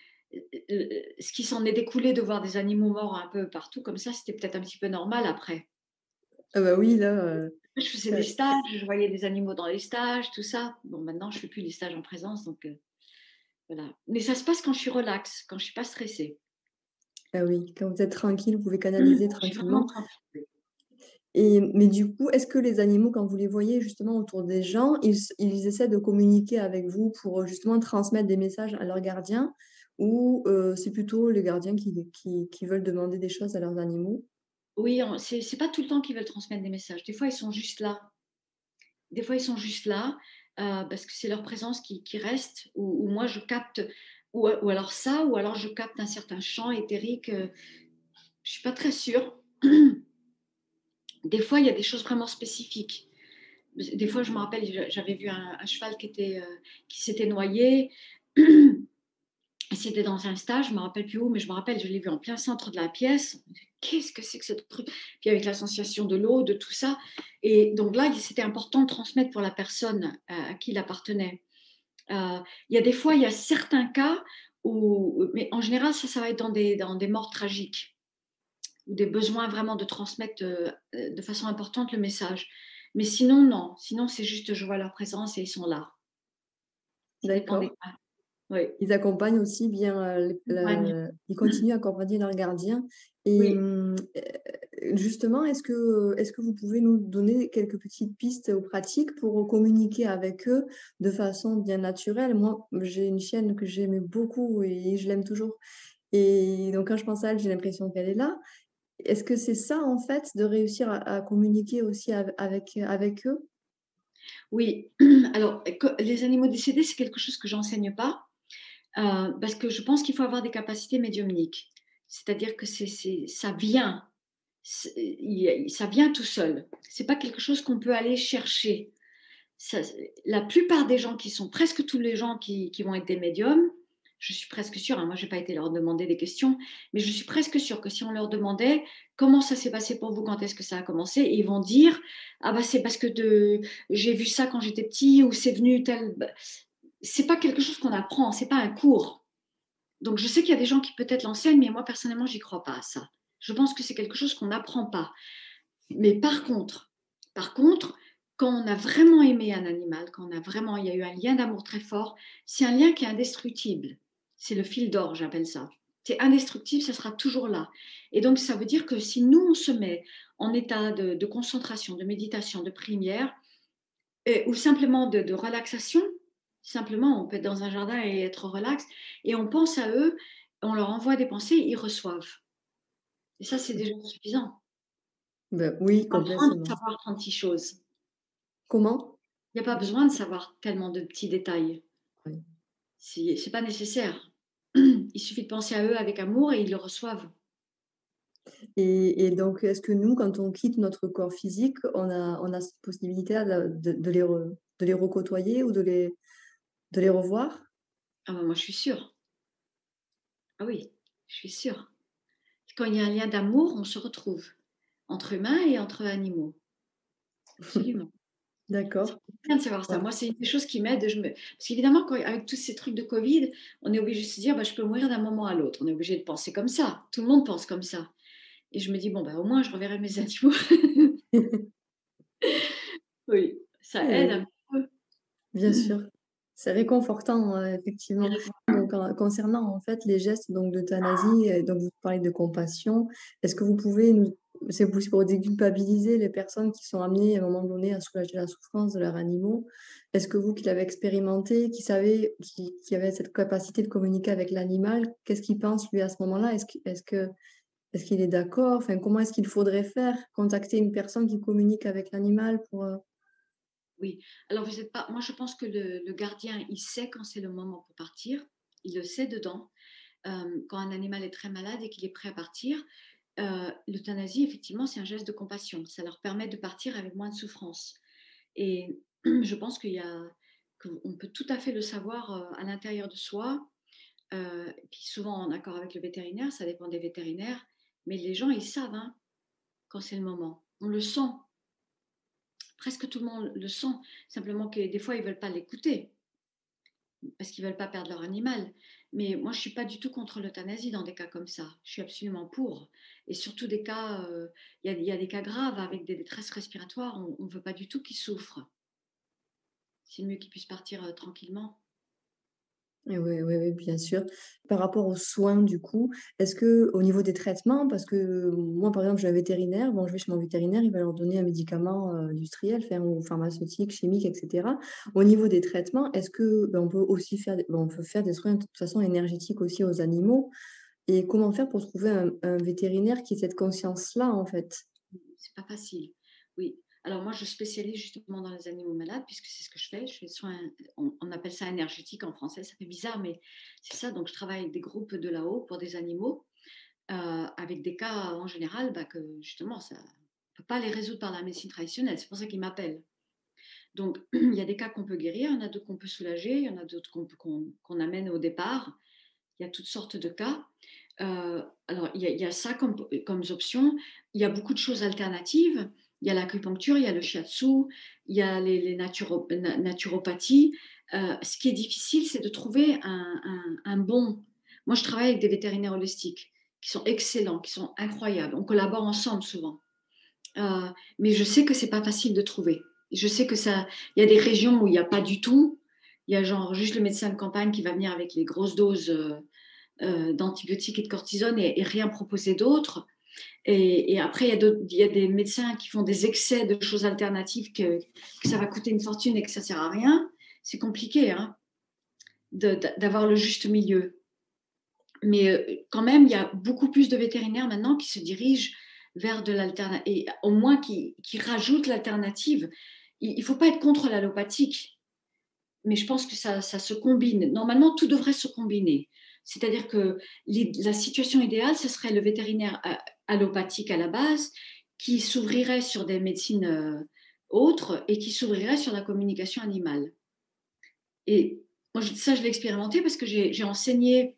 ce qui s'en est découlé de voir des animaux morts un peu partout comme ça, c'était peut-être un petit peu normal après. Ah bah oui, là, Je faisais des ouais. stages, je voyais des animaux dans les stages, tout ça. Bon, maintenant, je fais plus les stages en présence, donc voilà. Mais ça se passe quand je suis relax, quand je suis pas stressée. Ah oui, quand vous êtes tranquille, vous pouvez canaliser Je suis vraiment tranquillement. tranquille. Et mais du coup, est-ce que les animaux, quand vous les voyez justement autour des gens, ils essaient de communiquer avec vous pour, justement transmettre des messages à leurs gardiens? Ou, c'est plutôt les gardiens qui veulent demander des choses à leurs animaux? Oui, c'est pas tout le temps qu'ils veulent transmettre des messages. Des fois, ils sont juste là. Des fois, ils sont juste là, parce que c'est leur présence qui reste, ou moi je capte, ou alors ça, ou alors je capte un certain champ éthérique, je suis pas très sûre. Des fois, il y a des choses vraiment spécifiques. Des fois, je me rappelle, j'avais vu un cheval qui s'était noyé. C'était dans un stage, je me rappelle plus où, mais je me rappelle, je l'ai vu en plein centre de la pièce. Qu'est-ce que c'est que ce truc? Puis avec la sensation de l'eau, de tout ça. Et donc là, c'était important de transmettre pour la personne à qui il appartenait. Il y a des fois, il y a certains cas où, mais en général, ça va être dans des morts tragiques, ou des besoins vraiment de transmettre de façon importante le message. Mais sinon, non. Sinon, c'est juste, je vois leur présence et ils sont là. Ça dépend des D'accord. cas. Oui. Ils accompagnent aussi bien, ils continuent à accompagner leurs gardiens et Oui. justement, est-ce que vous pouvez nous donner quelques petites pistes ou pratiques pour communiquer avec eux de façon bien naturelle? Moi, j'ai une chienne que j'aimais beaucoup et je l'aime toujours et donc quand je pense à elle, j'ai l'impression qu'elle est là. Est-ce que c'est ça, en fait, de réussir à communiquer aussi avec eux? Oui, alors les animaux décédés, c'est quelque chose que j'enseigne pas, parce que je pense qu'il faut avoir des capacités médiumniques. C'est-à-dire que ça vient, ça vient tout seul. C'est pas quelque chose qu'on peut aller chercher. Ça, la plupart des gens qui sont, presque tous les gens qui vont être des médiums, je suis presque sûre, hein, moi j'ai pas été leur demander des questions, mais je suis presque sûre que si on leur demandait comment ça s'est passé pour vous, quand est-ce que ça a commencé, ils vont dire ah bah c'est parce que j'ai vu ça quand j'étais petit, ou c'est venu tel. Bah, c'est pas quelque chose qu'on apprend, c'est pas un cours. Donc je sais qu'il y a des gens qui peut-être l'enseignent, mais moi personnellement j'y crois pas à ça. Je pense que c'est quelque chose qu'on n'apprend pas. Mais par contre, quand on a vraiment aimé un animal, quand il y a eu un lien d'amour très fort, c'est un lien qui est indestructible. C'est le fil d'or, j'appelle ça. C'est indestructible, ça sera toujours là. Et donc, ça veut dire que si nous, on se met en état de concentration, de méditation, de prière, ou simplement de relaxation, simplement, on peut être dans un jardin et être relax, et on pense à eux, on leur envoie des pensées, ils reçoivent. Et ça, c'est déjà suffisant. Ben oui, Pas besoin de complètement. savoir 36 choses. Comment? Il y a pas besoin de savoir tellement de petits détails. Oui. C'est pas nécessaire. Il suffit de penser à eux avec amour et ils le reçoivent. Et donc, est-ce que nous, quand on quitte notre corps physique, on a cette possibilité de les recôtoyer ou de les revoir? Ah bah, moi, je suis sûre. Ah oui, je suis sûre. Quand il y a un lien d'amour, on se retrouve entre humains et entre animaux. Absolument. C'est D'accord. bien de savoir ça. Ouais. Moi, c'est une des choses qui m'aide. Parce qu'évidemment, avec tous ces trucs de Covid, on est obligé de se dire, bah, je peux mourir d'un moment à l'autre. On est obligé de penser comme ça. Tout le monde pense comme ça. Et je me dis, bon, bah, au moins, je reverrai mes animaux. Oui, ça aide un Oui, petit peu. bien sûr. C'est réconfortant, effectivement. Donc, concernant, en fait, les gestes donc d'euthanasie, donc vous parlez de compassion, est-ce que vous pouvez nous c'est aussi pour déculpabiliser les personnes qui sont amenées, à un moment donné, à soulager la souffrance de leurs animaux. Est-ce que vous qui l'avez expérimenté, qui avez cette capacité de communiquer avec l'animal, qu'est-ce qu'il pense lui à ce moment-là? Est-ce qu'il est d'accord? Enfin, comment est-ce qu'il faudrait faire? Contacter une personne qui communique avec l'animal pour, Oui, alors vous êtes pas, moi je pense que le gardien, il sait quand c'est le moment pour partir, il le sait dedans. Quand un animal est très malade et qu'il est prêt à partir, l'euthanasie, effectivement, c'est un geste de compassion. Ça leur permet de partir avec moins de souffrance. Et je pense qu'on peut tout à fait le savoir à l'intérieur de soi. et puis souvent en accord avec le vétérinaire, ça dépend des vétérinaires, mais les gens, ils savent, hein, quand c'est le moment. On le sent, presque tout le monde le sent, simplement que des fois, ils ne veulent pas l'écouter parce qu'ils ne veulent pas perdre leur animal. Mais moi, je ne suis pas du tout contre l'euthanasie dans des cas comme ça. Je suis absolument pour. Et surtout des cas, il y a des cas graves avec des détresses respiratoires, on ne veut pas du tout qu'ils souffrent. C'est mieux qu'ils puissent partir tranquillement. Et oui, oui, oui, bien sûr. Par rapport aux soins, du coup, est-ce que au niveau des traitements, parce que moi, par exemple, j'ai un vétérinaire, bon, je vais chez mon vétérinaire, il va leur donner un médicament industriel, enfin, ou pharmaceutique, chimique, etc. Au niveau des traitements, est-ce que ben, on peut aussi faire, ben, on peut faire des soins de toute façon énergétiques aussi aux animaux? Et comment faire pour trouver un vétérinaire qui ait cette conscience-là, en fait? C'est pas facile. Oui. Alors moi, je spécialise justement dans les animaux malades, puisque c'est ce que je fais. Je fais des soins, on appelle ça énergétique en français, ça fait bizarre, mais c'est ça. Donc je travaille avec des groupes de là-haut pour des animaux, avec des cas en général bah, que justement, ça ne peut pas les résoudre par la médecine traditionnelle. C'est pour ça qu'ils m'appellent. Donc il y a des cas qu'on peut guérir, il y en a d'autres qu'on peut soulager, il y en a d'autres qu'on amène au départ. Il y a toutes sortes de cas. Alors, il y a ça comme option. Il y a beaucoup de choses alternatives. Il y a l'acupuncture, il y a le shiatsu, il y a les naturopathies. Ce qui est difficile, c'est de trouver un bon. Moi, je travaille avec des vétérinaires holistiques qui sont excellents, qui sont incroyables. On collabore ensemble souvent. Euh, mais je sais que c'est pas facile de trouver. Je sais que ça, il y a des régions où il n'y a pas du tout. Il y a genre juste le médecin de campagne qui va venir avec les grosses doses d'antibiotiques et de cortisone et rien proposer d'autre. Et après, il y a des médecins qui font des excès de choses alternatives que ça va coûter une fortune et que ça ne sert à rien. C'est compliqué hein, d'avoir le juste milieu. Mais quand même, il y a beaucoup plus de vétérinaires maintenant qui se dirigent vers de l'alternative, et au moins qui rajoutent l'alternative. Il ne faut pas être contre l'allopathique, mais je pense que ça se combine. Normalement, tout devrait se combiner. C'est-à-dire que la situation idéale, ce serait le vétérinaire allopathique à la base qui s'ouvrirait sur des médecines autres et qui s'ouvrirait sur la communication animale. Et moi, ça, je l'ai expérimenté parce que j'ai enseigné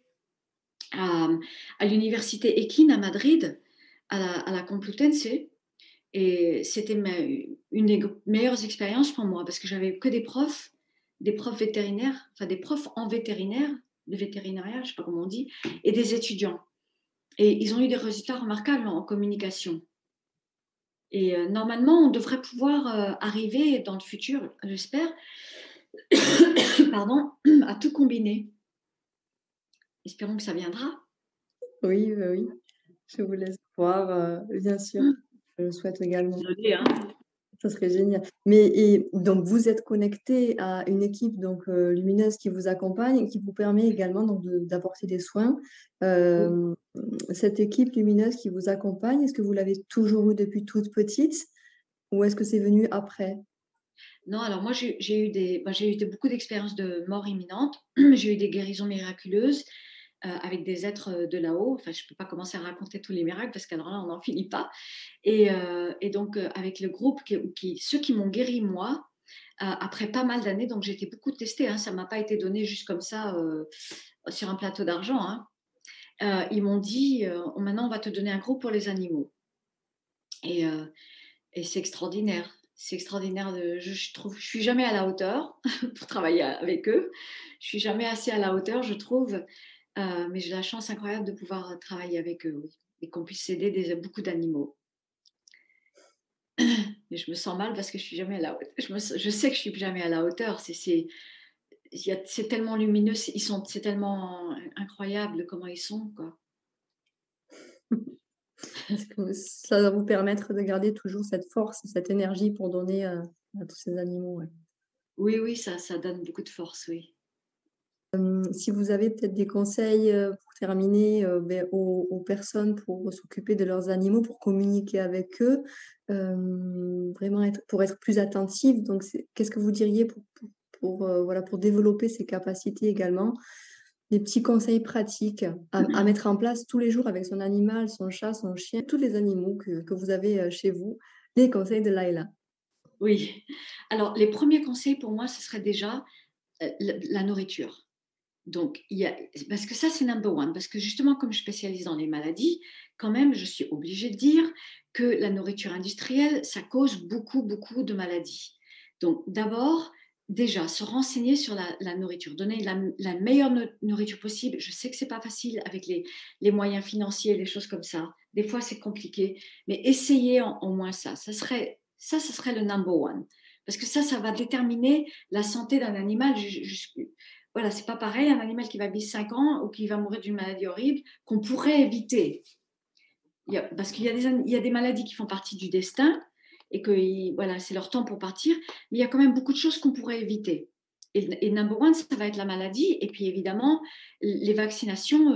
à l'université Equine à Madrid, à la Complutense. Et c'était une des meilleures expériences pour moi parce que j'avais que des profs vétérinaires, enfin des profs en vétérinaire, de vétérinaire, je ne sais pas comment on dit, et des étudiants. Et ils ont eu des résultats remarquables en communication. Et normalement, on devrait pouvoir arriver dans le futur, j'espère, pardon, à tout combiner. Espérons que ça viendra. Oui, bah oui, je vous laisse croire, bien sûr. Je le souhaite également. Désolée, hein. Ça serait génial. Mais et donc vous êtes connecté à une équipe donc lumineuse qui vous accompagne et qui vous permet également donc d'apporter des soins. Oui. Hem, Cette équipe lumineuse qui vous accompagne, est-ce que vous l'avez toujours eue depuis toute petite ou est-ce que c'est venu après? Non, alors moi j'ai eu beaucoup d'expériences de mort imminente. J'ai eu des guérisons miraculeuses avec des êtres de là-haut. Enfin, je ne peux pas commencer à raconter tous les miracles parce qu'alors là, on n'en finit pas. Et donc, avec le groupe, ceux qui m'ont guéri, moi, après pas mal d'années, donc j'ai été beaucoup testée, hein, ça ne m'a pas été donné juste comme ça sur un plateau d'argent. Hein. Ils m'ont dit, maintenant, on va te donner un groupe pour les animaux. Et, euh, et c'est extraordinaire. C'est extraordinaire. Je trouve, je suis jamais à la hauteur pour travailler avec eux. Je suis jamais assez à la hauteur, je trouve. Mais j'ai la chance incroyable de pouvoir travailler avec eux, oui, et qu'on puisse aider beaucoup d'animaux. Mais je me sens mal parce que je suis jamais à la hauteur. Je sais que je suis jamais à la hauteur. C'est tellement lumineux, c'est tellement incroyable comment ils sont, quoi. Est-ce que ça va vous permettre de garder toujours cette force, cette énergie pour donner, à tous ces animaux, ouais. Oui, oui, ça donne beaucoup de force, oui. Si vous avez peut-être des conseils, pour terminer, beh, aux personnes pour s'occuper de leurs animaux, pour communiquer avec eux, vraiment être plus attentive, donc qu'est-ce que vous diriez voilà, pour développer ces capacités également? Des petits conseils pratiques à mettre en place tous les jours avec son animal, son chat, son chien, tous les animaux que vous avez, chez vous. Les conseils de Laila. Oui. Alors, les premiers conseils pour moi, ce serait déjà la nourriture. Donc, parce que ça, c'est number one. Parce que justement, comme je spécialise dans les maladies, quand même, je suis obligée de dire que la nourriture industrielle, ça cause beaucoup, beaucoup de maladies. Donc, d'abord, déjà, se renseigner sur la nourriture, donner la meilleure nourriture possible. Je sais que ce n'est pas facile avec les moyens financiers, les choses comme ça. Des fois, c'est compliqué, mais essayez au moins ça. Ce serait le number one. Parce que ça va déterminer la santé d'un animal. Voilà, c'est pas pareil, un animal qui va vivre 5 ans ou qui va mourir d'une maladie horrible qu'on pourrait éviter. Parce qu'il y a des maladies qui font partie du destin et que voilà, c'est leur temps pour partir, mais il y a quand même beaucoup de choses qu'on pourrait éviter. Et number one, ça va être la maladie, et puis évidemment, les vaccinations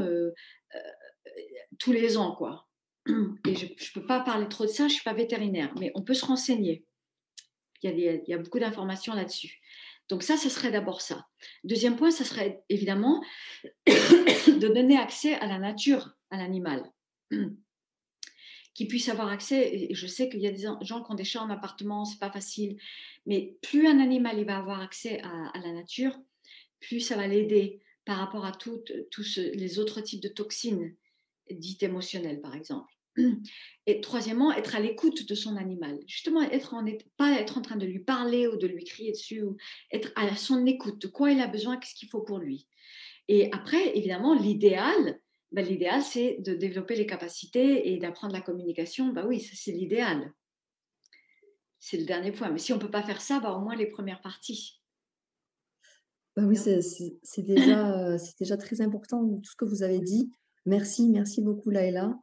tous les ans, quoi. Et je ne peux pas parler trop de ça, je ne suis pas vétérinaire, mais on peut se renseigner. Il y a beaucoup d'informations là-dessus. Donc ça, ce serait d'abord ça. Deuxième point, ça serait évidemment de donner accès à la nature, à l'animal. Qui puisse avoir accès, et je sais qu'il y a des gens qui ont des chats en appartement, c'est pas facile, mais plus un animal il va avoir accès à la nature, plus ça va l'aider par rapport à tous les autres types de toxines dites émotionnelles, par exemple. Et troisièmement, être à l'écoute de son animal. Justement, pas être en train de lui parler ou de lui crier dessus, ou être à son écoute, de quoi il a besoin, qu'est-ce qu'il faut pour lui. Et après, évidemment, l'idéal, c'est de développer les capacités et d'apprendre la communication. Oui, ça, c'est l'idéal. C'est le dernier point. Mais si on ne peut pas faire ça, au moins les premières parties. Oui, c'est déjà très important tout ce que vous avez dit. Merci beaucoup Laëla.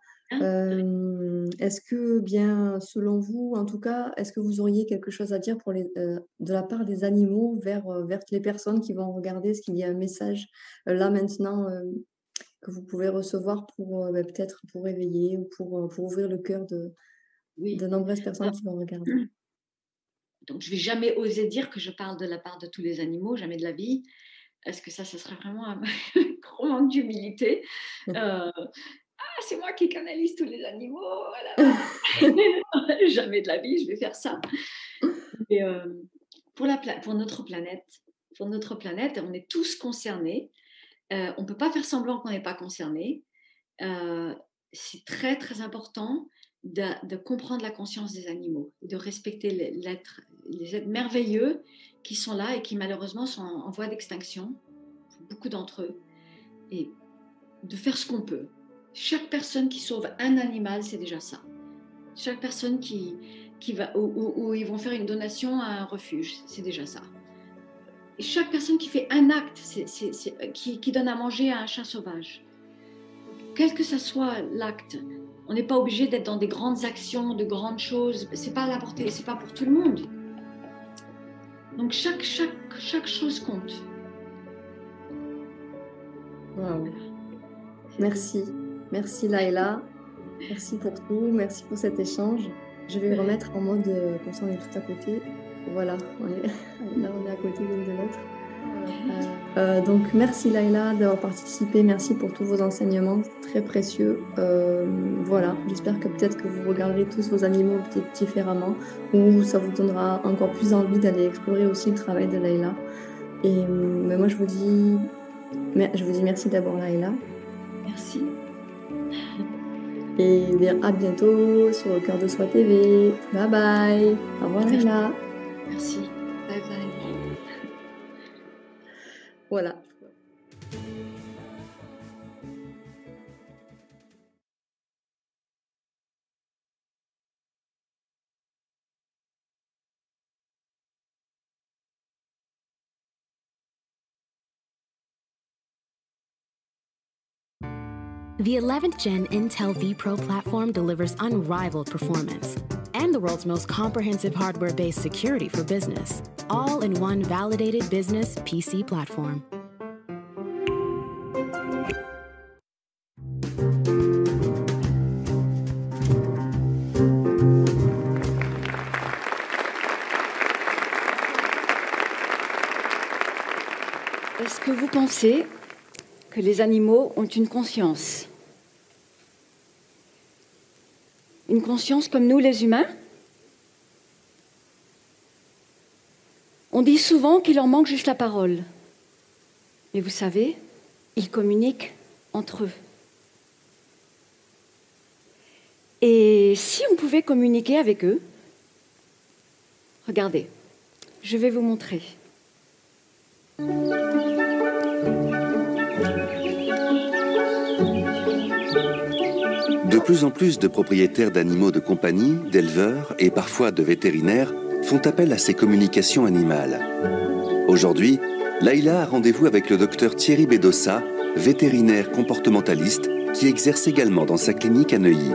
Est-ce que, bien, selon vous, en tout cas, est-ce que vous auriez quelque chose à dire de la part des animaux vers les personnes qui vont regarder? Est-ce qu'il y a un message là maintenant que vous pouvez recevoir pour peut-être pour éveiller ou pour ouvrir le cœur de nombreuses personnes qui vont regarder? Donc, je ne vais jamais oser dire que je parle de la part de tous les animaux, jamais de la vie. Est-ce que ça serait vraiment un gros manque d'humilité. C'est moi qui canalise tous les animaux. Voilà. Jamais de la vie, je vais faire ça. Mais, pour notre planète, on est tous concernés. On ne peut pas faire semblant qu'on n'est pas concernés. C'est très, très important de comprendre la conscience des animaux, de respecter les êtres merveilleux qui sont là et qui malheureusement sont en voie d'extinction, beaucoup d'entre eux, et de faire ce qu'on peut. Chaque personne qui sauve un animal, c'est déjà ça. Chaque personne qui va, où ils vont faire une donation à un refuge, c'est déjà ça. Et chaque personne qui fait un acte, qui donne à manger à un chat sauvage, quel que ce soit l'acte, on n'est pas obligé d'être dans des grandes actions, de grandes choses. C'est pas à la portée, c'est pas pour tout le monde. Donc chaque chose compte. Wow. Merci Laëla. Merci pour tout, merci pour cet échange. Je vais me remettre en mode comme ça on est tout à côté. Voilà, on est à côté l'une de l'autre. Donc merci Laëla d'avoir participé, merci pour tous vos enseignements très précieux. Voilà, j'espère que peut-être que vous regarderez tous vos animaux peut-être différemment, ou ça vous donnera encore plus envie d'aller explorer aussi le travail de Laëla. Et moi je vous dis merci d'abord Laëla. Merci. Et bien à bientôt sur le Cœur de Soi TV. Bye bye. Au revoir Laëla. Merci. Bye bye. Voilà. The 11th Gen Intel vPro platform delivers unrivaled performance and the world's most comprehensive hardware-based security for business, all in one validated business PC platform. Est-ce que vous pensez que les animaux ont une conscience? Une conscience comme nous les humains? On dit souvent qu'il leur manque juste la parole. Mais vous savez, ils communiquent entre eux. Et si on pouvait communiquer avec eux, regardez, je vais vous montrer. De plus en plus de propriétaires d'animaux de compagnie, d'éleveurs et parfois de vétérinaires font appel à ces communications animales. Aujourd'hui, Laïla a rendez-vous avec le docteur Thierry Bedossa, vétérinaire comportementaliste, qui exerce également dans sa clinique à Neuilly.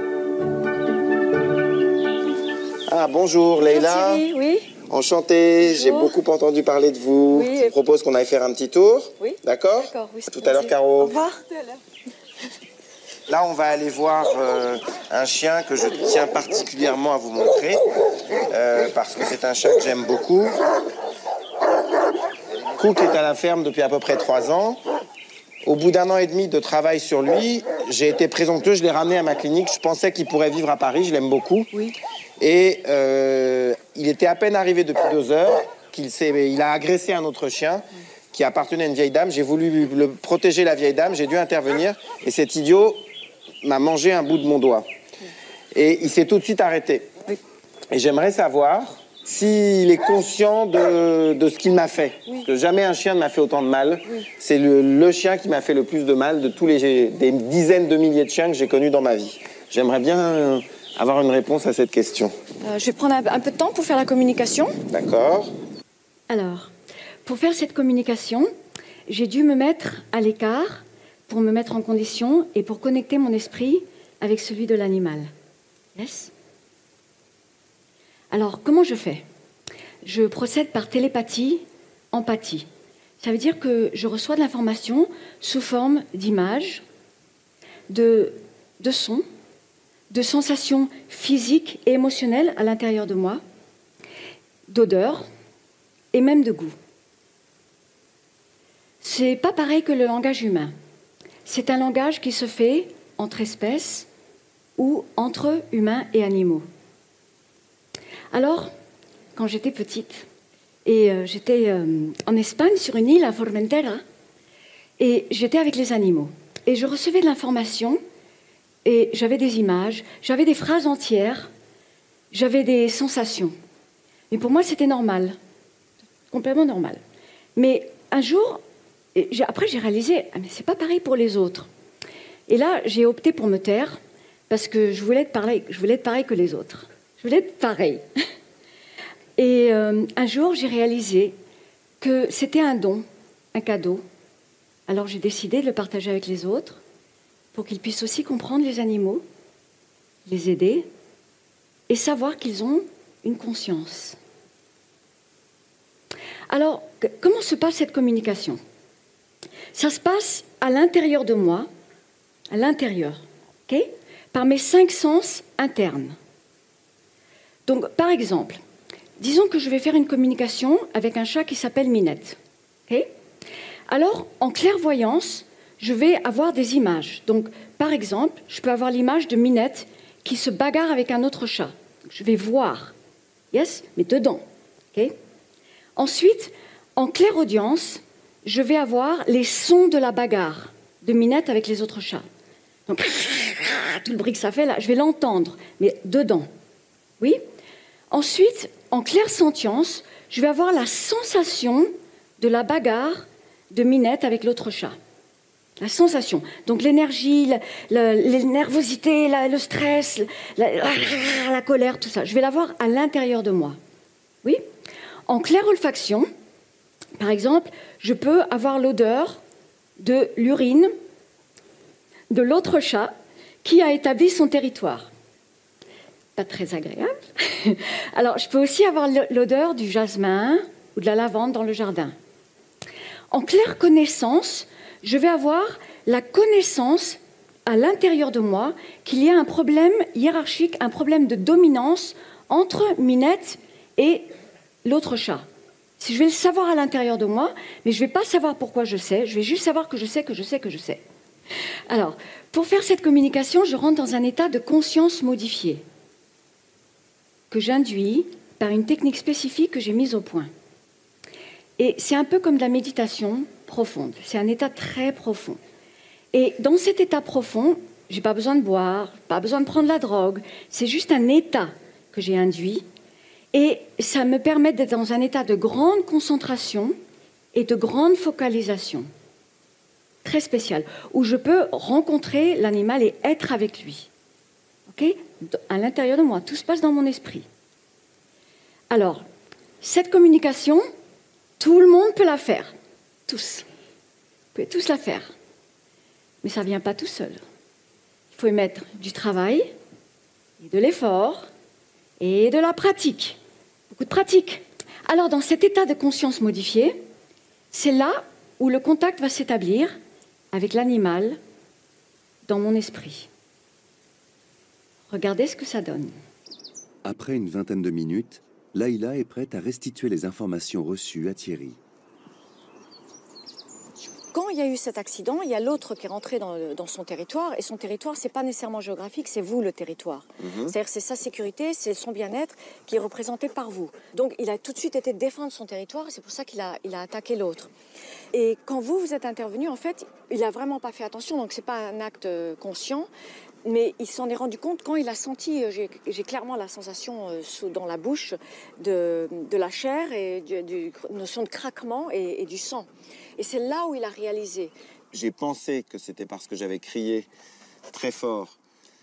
Ah, bonjour Laïla. Thierry, oui. Enchanté, Bonjour. j'ai beaucoup entendu parler de vous. Oui. Je vous propose qu'on aille faire un petit tour. Oui. D'accord. Oui, À tout à l'heure, Caro. Au revoir. Là, on va aller voir un chien que je tiens particulièrement à vous montrer parce que c'est un chien que j'aime beaucoup. Cook est à la ferme depuis à peu près 3 ans. Au bout d'1 an et demi de travail sur lui, j'ai été présomptueux, je l'ai ramené à ma clinique. Je pensais qu'il pourrait vivre à Paris, je l'aime beaucoup. Oui. Et il était à peine arrivé depuis 2 heures qu'il a agressé un autre chien qui appartenait à une vieille dame. J'ai voulu protéger la vieille dame, j'ai dû intervenir et cet idiot m'a mangé un bout de mon doigt. Et il s'est tout de suite arrêté. Oui. Et j'aimerais savoir s'il est conscient de ce qu'il m'a fait. Oui. Parce que jamais un chien ne m'a fait autant de mal. Oui. C'est le chien qui m'a fait le plus de mal de tous des dizaines de milliers de chiens que j'ai connus dans ma vie. J'aimerais bien avoir une réponse à cette question. Je vais prendre un peu de temps pour faire la communication. D'accord. Alors, pour faire cette communication, j'ai dû me mettre à l'écart pour me mettre en condition et pour connecter mon esprit avec celui de l'animal. Yes? Alors, comment je fais? Je procède par télépathie, empathie. Ça veut dire que je reçois de l'information sous forme d'images, de sons, de sensations physiques et émotionnelles à l'intérieur de moi, d'odeurs et même de goût. C'est pas pareil que le langage humain. C'est un langage qui se fait entre espèces ou entre humains et animaux. Alors, quand j'étais petite, et j'étais en Espagne, sur une île à Formentera, et j'étais avec les animaux. Et je recevais de l'information, et j'avais des images, j'avais des phrases entières, j'avais des sensations. Mais pour moi, c'était normal, complètement normal. Mais un jour, après j'ai réalisé, mais c'est pas pareil pour les autres. Et là, j'ai opté pour me taire, parce que je voulais être pareil que les autres. Je voulais être pareil. Et un jour, j'ai réalisé que c'était un don, un cadeau. Alors j'ai décidé de le partager avec les autres pour qu'ils puissent aussi comprendre les animaux, les aider et savoir qu'ils ont une conscience. Alors, comment se passe cette communication? Ça se passe à l'intérieur de moi, à l'intérieur, okay, par mes 5 sens internes. Donc, par exemple, disons que je vais faire une communication avec un chat qui s'appelle Minette. Okay? Alors, en clairvoyance, je vais avoir des images. Donc, par exemple, je peux avoir l'image de Minette qui se bagarre avec un autre chat. Je vais voir, yes, mais dedans. Okay? Ensuite, en clairaudience, je vais avoir les sons de la bagarre de Minette avec les autres chats. Donc, tout le bruit que ça fait, là, je vais l'entendre, mais dedans. Oui? Ensuite, en clairsentience, je vais avoir la sensation de la bagarre de Minette avec l'autre chat. La sensation. Donc l'énergie, les nervosités, le stress, la colère, tout ça. Je vais l'avoir à l'intérieur de moi. Oui? En clairolfaction, par exemple, je peux avoir l'odeur de l'urine de l'autre chat qui a établi son territoire. Pas très agréable. Alors, je peux aussi avoir l'odeur du jasmin ou de la lavande dans le jardin. En claire connaissance, je vais avoir la connaissance à l'intérieur de moi qu'il y a un problème hiérarchique, un problème de dominance entre Minette et l'autre chat. Si je vais le savoir à l'intérieur de moi, mais je ne vais pas savoir pourquoi je sais, je vais juste savoir que je sais, que je sais, que je sais. Alors, pour faire cette communication, je rentre dans un état de conscience modifié que j'induis par une technique spécifique que j'ai mise au point. Et c'est un peu comme de la méditation profonde. C'est un état très profond. Et dans cet état profond, je n'ai pas besoin de boire, pas besoin de prendre la drogue. C'est juste un état que j'ai induit. Et ça me permet d'être dans un état de grande concentration et de grande focalisation. Très spécial, où je peux rencontrer l'animal et être avec lui. Okay ? À l'intérieur de moi, tout se passe dans mon esprit. Alors, cette communication, tout le monde peut la faire. Tous. Vous pouvez tous la faire. Mais ça ne vient pas tout seul. Il faut y mettre du travail, et de l'effort, et de la pratique. Beaucoup de pratique. Alors, dans cet état de conscience modifié, c'est là où le contact va s'établir avec l'animal dans mon esprit. Regardez ce que ça donne. Après une vingtaine de minutes, Laïla est prête à restituer les informations reçues à Thierry. Quand il y a eu cet accident, il y a l'autre qui est rentré dans son territoire. Et son territoire, ce n'est pas nécessairement géographique, c'est vous le territoire. C'est-à-dire c'est sa sécurité, c'est son bien-être qui est représenté par vous. Donc il a tout de suite été défendre son territoire, et c'est pour ça qu'il a attaqué l'autre. Et quand vous êtes intervenu, en fait, il n'a vraiment pas fait attention, donc ce n'est pas un acte conscient. Mais il s'en est rendu compte quand il a senti, j'ai clairement la sensation dans la bouche de la chair et du notion de craquement et du sang. Et c'est là où il a réalisé. J'ai pensé que c'était parce que j'avais crié très fort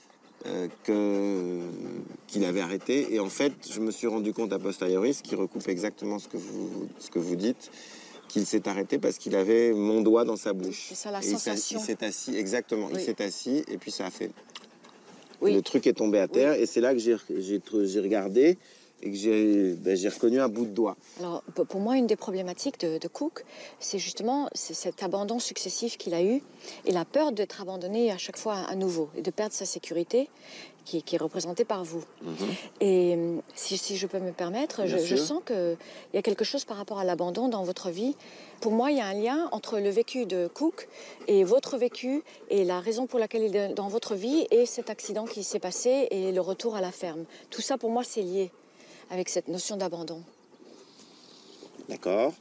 qu'il avait arrêté. Et en fait, je me suis rendu compte a posteriori, ce qui recoupe exactement ce que vous dites, qu'il s'est arrêté parce qu'il avait mon doigt dans sa bouche. C'est ça la et sensation. Il s'est assis, exactement. Oui. Il s'est assis et puis ça a fait... Oui. Le truc est tombé à terre et c'est là que j'ai regardé et que j'ai reconnu un bout de doigt. Alors, pour moi, une des problématiques de Cook, c'est justement cet abandon successif qu'il a eu et la peur d'être abandonné à chaque fois à nouveau et de perdre sa sécurité qui est représentée par vous. Et si je peux me permettre, je sens qu'il y a quelque chose par rapport à l'abandon dans votre vie. Pour moi, il y a un lien entre le vécu de Cook et votre vécu et la raison pour laquelle il est dans votre vie et cet accident qui s'est passé et le retour à la ferme. Tout ça, pour moi, c'est lié avec cette notion d'abandon. D'accord.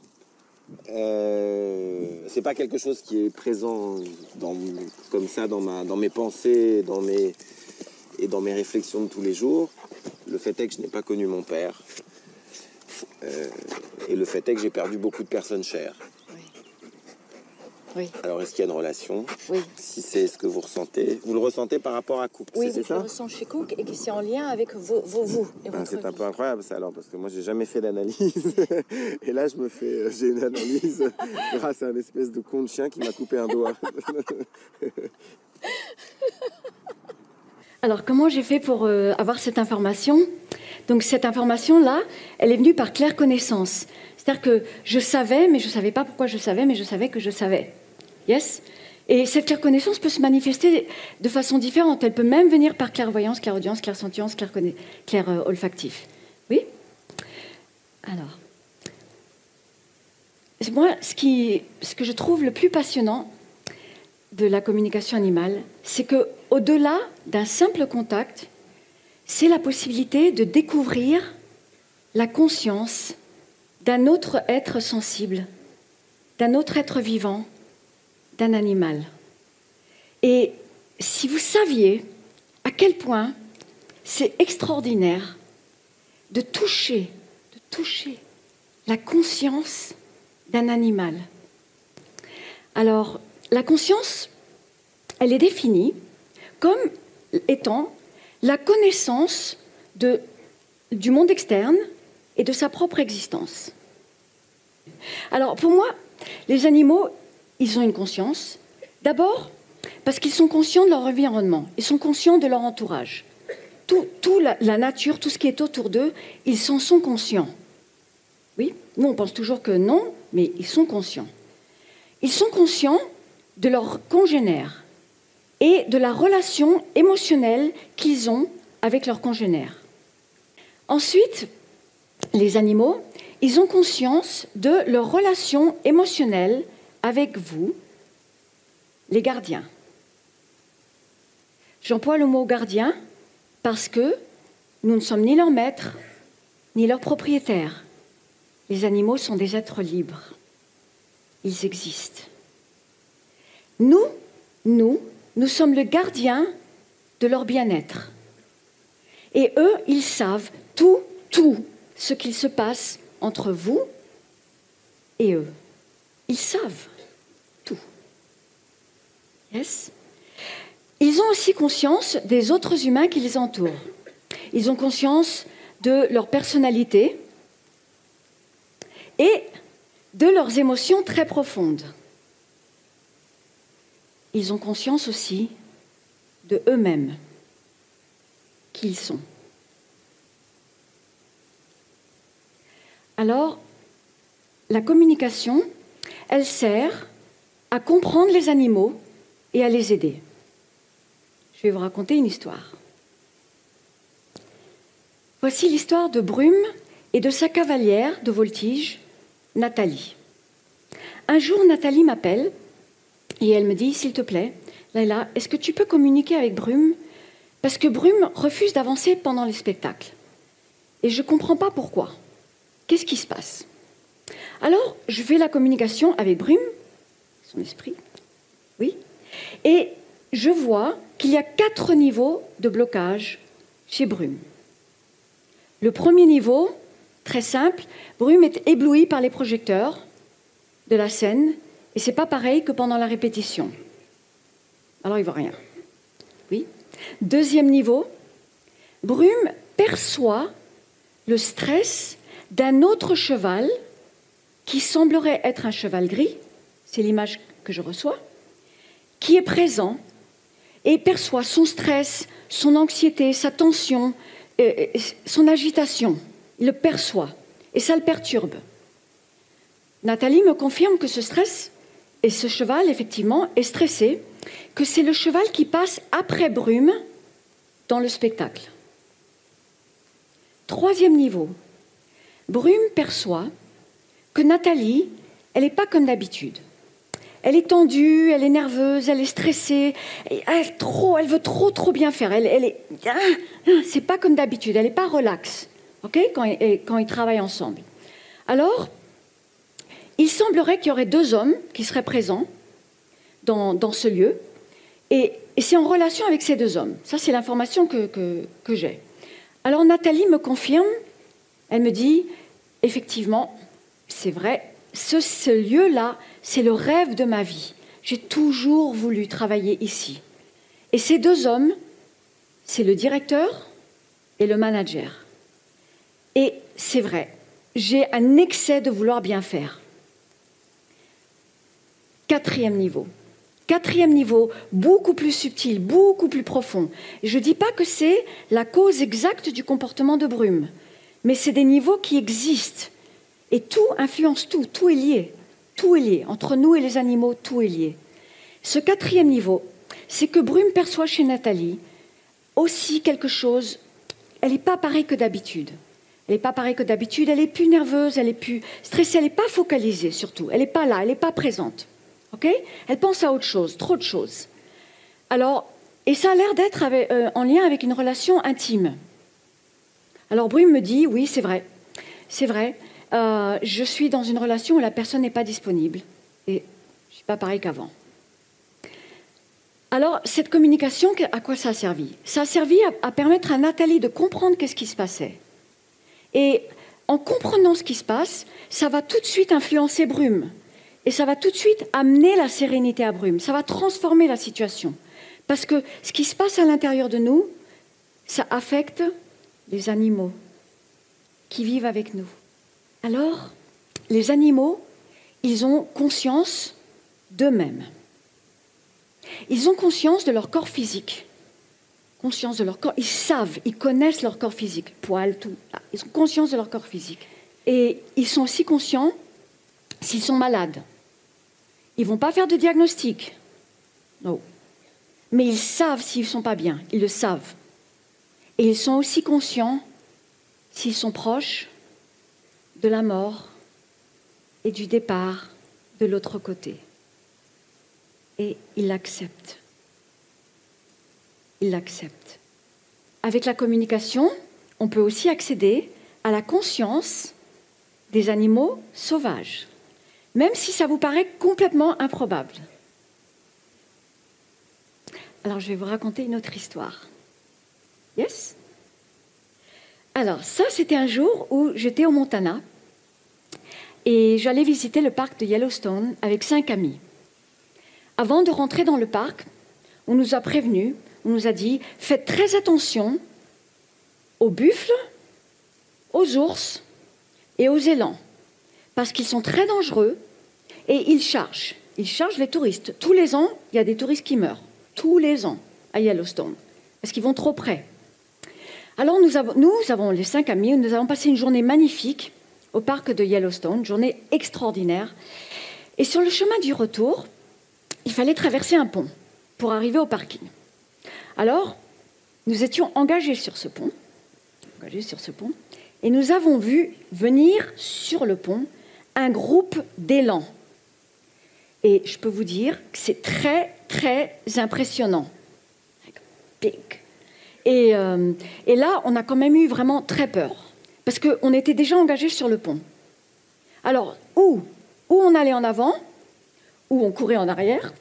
C'est pas quelque chose qui est présent comme ça dans mes pensées, dans mes réflexions de tous les jours. Le fait est que je n'ai pas connu mon père. Et le fait est que j'ai perdu beaucoup de personnes chères. Oui. Alors, est-ce qu'il y a une relation? Oui. Si c'est ce que vous ressentez, vous le ressentez par rapport à Cook, oui, c'est ça? Oui, je le ressens chez Cook et que c'est en lien avec vous et votre C'est vie. un peu incroyable ça alors, parce que moi j'ai jamais fait d'analyse. Et là j'ai une analyse grâce à un espèce de con de chien qui m'a coupé un doigt. Alors, comment j'ai fait pour avoir cette information? Donc, cette information-là, elle est venue par claire connaissance. C'est-à-dire que je savais, mais je ne savais pas pourquoi je savais, mais je savais que je savais. Yes? Et cette claire connaissance peut se manifester de façon différente. Elle peut même venir par clairvoyance, clairaudience, clairsentience, clair olfactif. Oui? Alors, moi, ce que je trouve le plus passionnant de la communication animale, c'est qu'au-delà d'un simple contact, c'est la possibilité de découvrir la conscience d'un autre être sensible, d'un autre être vivant, d'un animal. Et si vous saviez à quel point c'est extraordinaire de toucher la conscience d'un animal. Alors, la conscience, elle est définie comme étant la connaissance du monde externe et de sa propre existence. Alors, pour moi, les animaux, ils ont une conscience. D'abord, parce qu'ils sont conscients de leur environnement, ils sont conscients de leur entourage. La nature, tout ce qui est autour d'eux, ils s'en sont conscients. Oui, nous, on pense toujours que non, mais ils sont conscients. Ils sont conscients de leurs congénères et de la relation émotionnelle qu'ils ont avec leurs congénères. Ensuite, les animaux, ils ont conscience de leur relation émotionnelle avec vous, les gardiens. J'emploie le mot gardien parce que nous ne sommes ni leurs maîtres, ni leurs propriétaires. Les animaux sont des êtres libres. Ils existent. Nous, nous sommes le gardien de leur bien-être. Et eux, ils savent tout ce qu'il se passe entre vous et eux. Ils savent tout. Yes? Ils ont aussi conscience des autres humains qui les entourent. Ils ont conscience de leur personnalité et de leurs émotions très profondes. Ils ont conscience aussi de eux-mêmes, qui ils sont. Alors, la communication, elle sert à comprendre les animaux et à les aider. Je vais vous raconter une histoire. Voici l'histoire de Brume et de sa cavalière de voltige, Nathalie. Un jour, Nathalie m'appelle et elle me dit, s'il te plaît, Laila, est-ce que tu peux communiquer avec Brume? Parce que Brume refuse d'avancer pendant les spectacles. Et je ne comprends pas pourquoi. Qu'est-ce qui se passe? Alors, je fais la communication avec Brume, son esprit, oui, et je vois qu'il y a 4 niveaux de blocage chez Brume. Le premier niveau, très simple, Brume est ébloui par les projecteurs de la scène, et ce n'est pas pareil que pendant la répétition. Alors, il ne voit rien. Oui. Deuxième niveau, Brume perçoit le stress d'un autre cheval qui semblerait être un cheval gris, c'est l'image que je reçois, qui est présent et perçoit son stress, son anxiété, sa tension, son agitation. Il le perçoit et ça le perturbe. Nathalie me confirme que ce stress et ce cheval, effectivement, est stressé, que c'est le cheval qui passe après Brume dans le spectacle. Troisième niveau, Brume perçoit que Nathalie, elle n'est pas comme d'habitude. Elle est tendue, elle est nerveuse, elle est stressée, elle veut trop bien faire. C'est pas comme d'habitude, elle n'est pas relaxe, okay, quand ils travaillent ensemble. Alors, il semblerait qu'il y aurait 2 hommes qui seraient présents dans ce lieu, et c'est en relation avec ces 2 hommes. Ça, c'est l'information que j'ai. Alors, Nathalie me confirme, elle me dit, effectivement, c'est vrai, ce lieu-là, c'est le rêve de ma vie. J'ai toujours voulu travailler ici. Et ces 2 hommes, c'est le directeur et le manager. Et c'est vrai, j'ai un excès de vouloir bien faire. Quatrième niveau, beaucoup plus subtil, beaucoup plus profond. Je ne dis pas que c'est la cause exacte du comportement de Brume, mais c'est des niveaux qui existent. Et tout influence tout, tout est lié. Entre nous et les animaux, tout est lié. Ce 4e niveau, c'est que Brume perçoit chez Nathalie aussi quelque chose, elle n'est pas pareille que d'habitude. Elle est plus nerveuse, elle est plus stressée, elle n'est pas focalisée surtout. Elle n'est pas là, elle n'est pas présente. Okay? Elle pense à autre chose, trop de choses. Alors, et ça a l'air d'être en lien avec une relation intime. Alors Brume me dit, oui, c'est vrai. Je suis dans une relation où la personne n'est pas disponible. Et je ne suis pas pareil qu'avant. Alors, cette communication, à quoi ça a servi? Ça a servi à permettre à Nathalie de comprendre qu'est-ce qui se passait. Et en comprenant ce qui se passe, ça va tout de suite influencer Brume. Et ça va tout de suite amener la sérénité à Brume. Ça va transformer la situation. Parce que ce qui se passe à l'intérieur de nous, ça affecte les animaux qui vivent avec nous. Alors, les animaux, ils ont conscience d'eux-mêmes. Ils ont conscience de leur corps physique. Conscience de leur corps. Ils savent, ils connaissent leur corps physique. Poils, tout. Ils ont conscience de leur corps physique. Et ils sont aussi conscients s'ils sont malades. Ils ne vont pas faire de diagnostic. Non. Mais ils savent s'ils ne sont pas bien. Ils le savent. Et ils sont aussi conscients s'ils sont proches de la mort et du départ de l'autre côté. Et ils l'acceptent. Ils l'acceptent. Avec la communication, on peut aussi accéder à la conscience des animaux sauvages, même si ça vous paraît complètement improbable. Alors, je vais vous raconter une autre histoire. Yes? Alors, ça, c'était un jour où j'étais au Montana et j'allais visiter le parc de Yellowstone avec 5 amis. Avant de rentrer dans le parc, on nous a prévenus, on nous a dit « Faites très attention aux buffles, aux ours et aux élans, parce qu'ils sont très dangereux et ils chargent. Ils chargent les touristes. Tous les ans, il y a des touristes qui meurent. Tous les ans, à Yellowstone, parce qu'ils vont trop près. » Alors nous avons les 5 amis, nous avons passé une journée magnifique au parc de Yellowstone, une journée extraordinaire. Et sur le chemin du retour, il fallait traverser un pont pour arriver au parking. Alors, nous étions engagés sur ce pont, et nous avons vu venir sur le pont un groupe d'élans. Et je peux vous dire que c'est très, très impressionnant. Big. Et là, on a quand même eu vraiment très peur, parce qu'on était déjà engagés sur le pont. Alors, où on allait en avant, où on courait en arrière,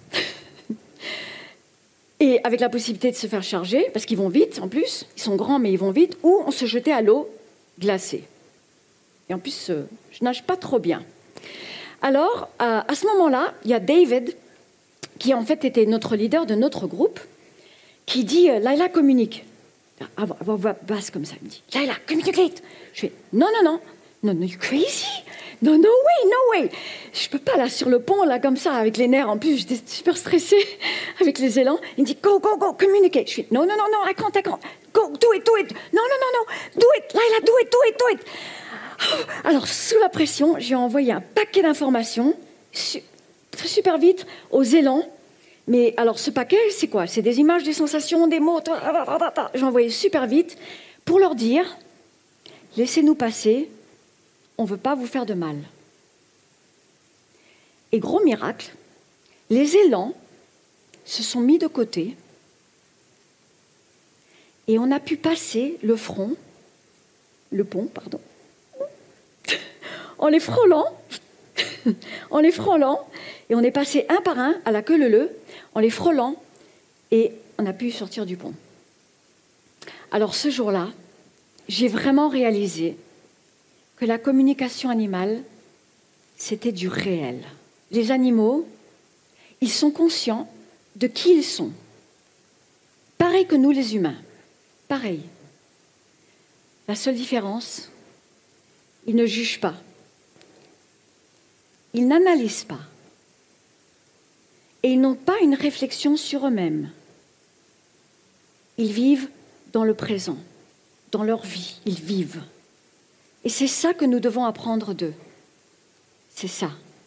et avec la possibilité de se faire charger, parce qu'ils vont vite en plus, ils sont grands mais ils vont vite, ou on se jetait à l'eau glacée. Et en plus, je nage pas trop bien. Alors, à ce moment-là, il y a David, qui en fait était notre leader de notre groupe, qui dit « Laila, communique ». À voix basse comme ça, il me dit « Laila, communicate ». Je fais « Non, you crazy ? No way !» Je peux pas, là, sur le pont, là, comme ça, avec les nerfs. En plus, j'étais super stressée avec les élans. Il me dit « Go, communicate ». Je fais « Non, I can't. Go, do it. No, do it, Laila, do it. Alors, sous la pression, j'ai envoyé un paquet d'informations, super vite, aux élans. Mais alors, ce paquet, c'est quoi? C'est des images, des sensations, des mots. J'ai envoyé super vite pour leur dire « Laissez-nous passer, on ne veut pas vous faire de mal. » Et gros miracle, les élans se sont mis de côté et on a pu passer le pont, en les frôlant, et on est passé un par un à la queue leu-leu, en les frôlant, et on a pu sortir du pont. Alors ce jour-là, j'ai vraiment réalisé que la communication animale, c'était du réel. Les animaux, ils sont conscients de qui ils sont. Pareil que nous les humains, pareil. La seule différence, ils ne jugent pas. Ils n'analysent pas. Et ils n'ont pas une réflexion sur eux-mêmes. Ils vivent dans le présent, dans leur vie, ils vivent. Et c'est ça que nous devons apprendre d'eux. C'est ça.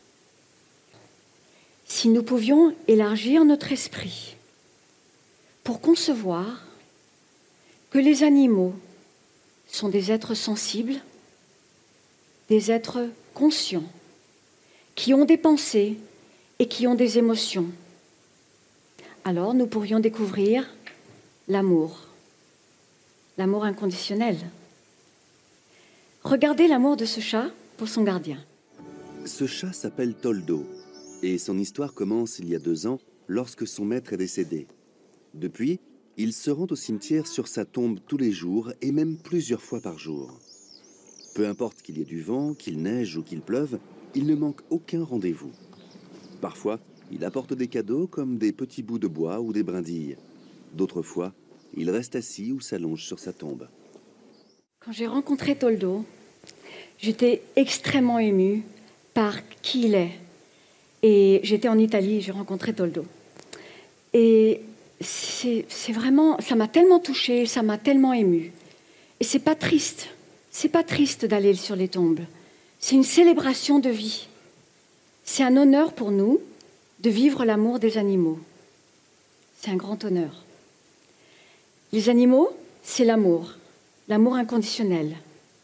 Si nous pouvions élargir notre esprit pour concevoir que les animaux sont des êtres sensibles, des êtres conscients, qui ont des pensées et qui ont des émotions, alors nous pourrions découvrir l'amour inconditionnel. Regardez l'amour de ce chat pour son gardien. Ce chat s'appelle Toldo et son histoire commence il y a 2 ans lorsque son maître est décédé. Depuis, il se rend au cimetière sur sa tombe tous les jours et même plusieurs fois par jour. Peu importe qu'il y ait du vent, qu'il neige ou qu'il pleuve, il ne manque aucun rendez-vous. Parfois, il apporte des cadeaux comme des petits bouts de bois ou des brindilles. D'autres fois, il reste assis ou s'allonge sur sa tombe. Quand j'ai rencontré Toldo, j'étais extrêmement émue par qui il est. Et j'étais en Italie et j'ai rencontré Toldo. Et c'est vraiment, ça m'a tellement touchée, ça m'a tellement émue. Et c'est pas triste d'aller sur les tombes. C'est une célébration de vie. C'est un honneur pour nous de vivre l'amour des animaux. C'est un grand honneur. Les animaux, c'est l'amour inconditionnel.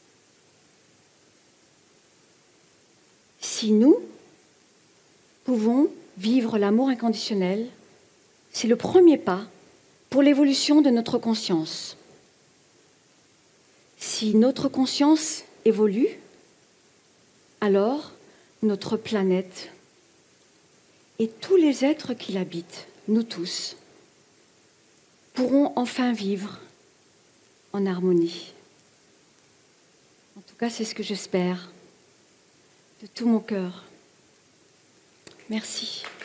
Si nous pouvons vivre l'amour inconditionnel, c'est le premier pas pour l'évolution de notre conscience. Si notre conscience évolue, alors notre planète et tous les êtres qui l'habitent, nous tous, pourront enfin vivre en harmonie. En tout cas, c'est ce que j'espère de tout mon cœur. Merci.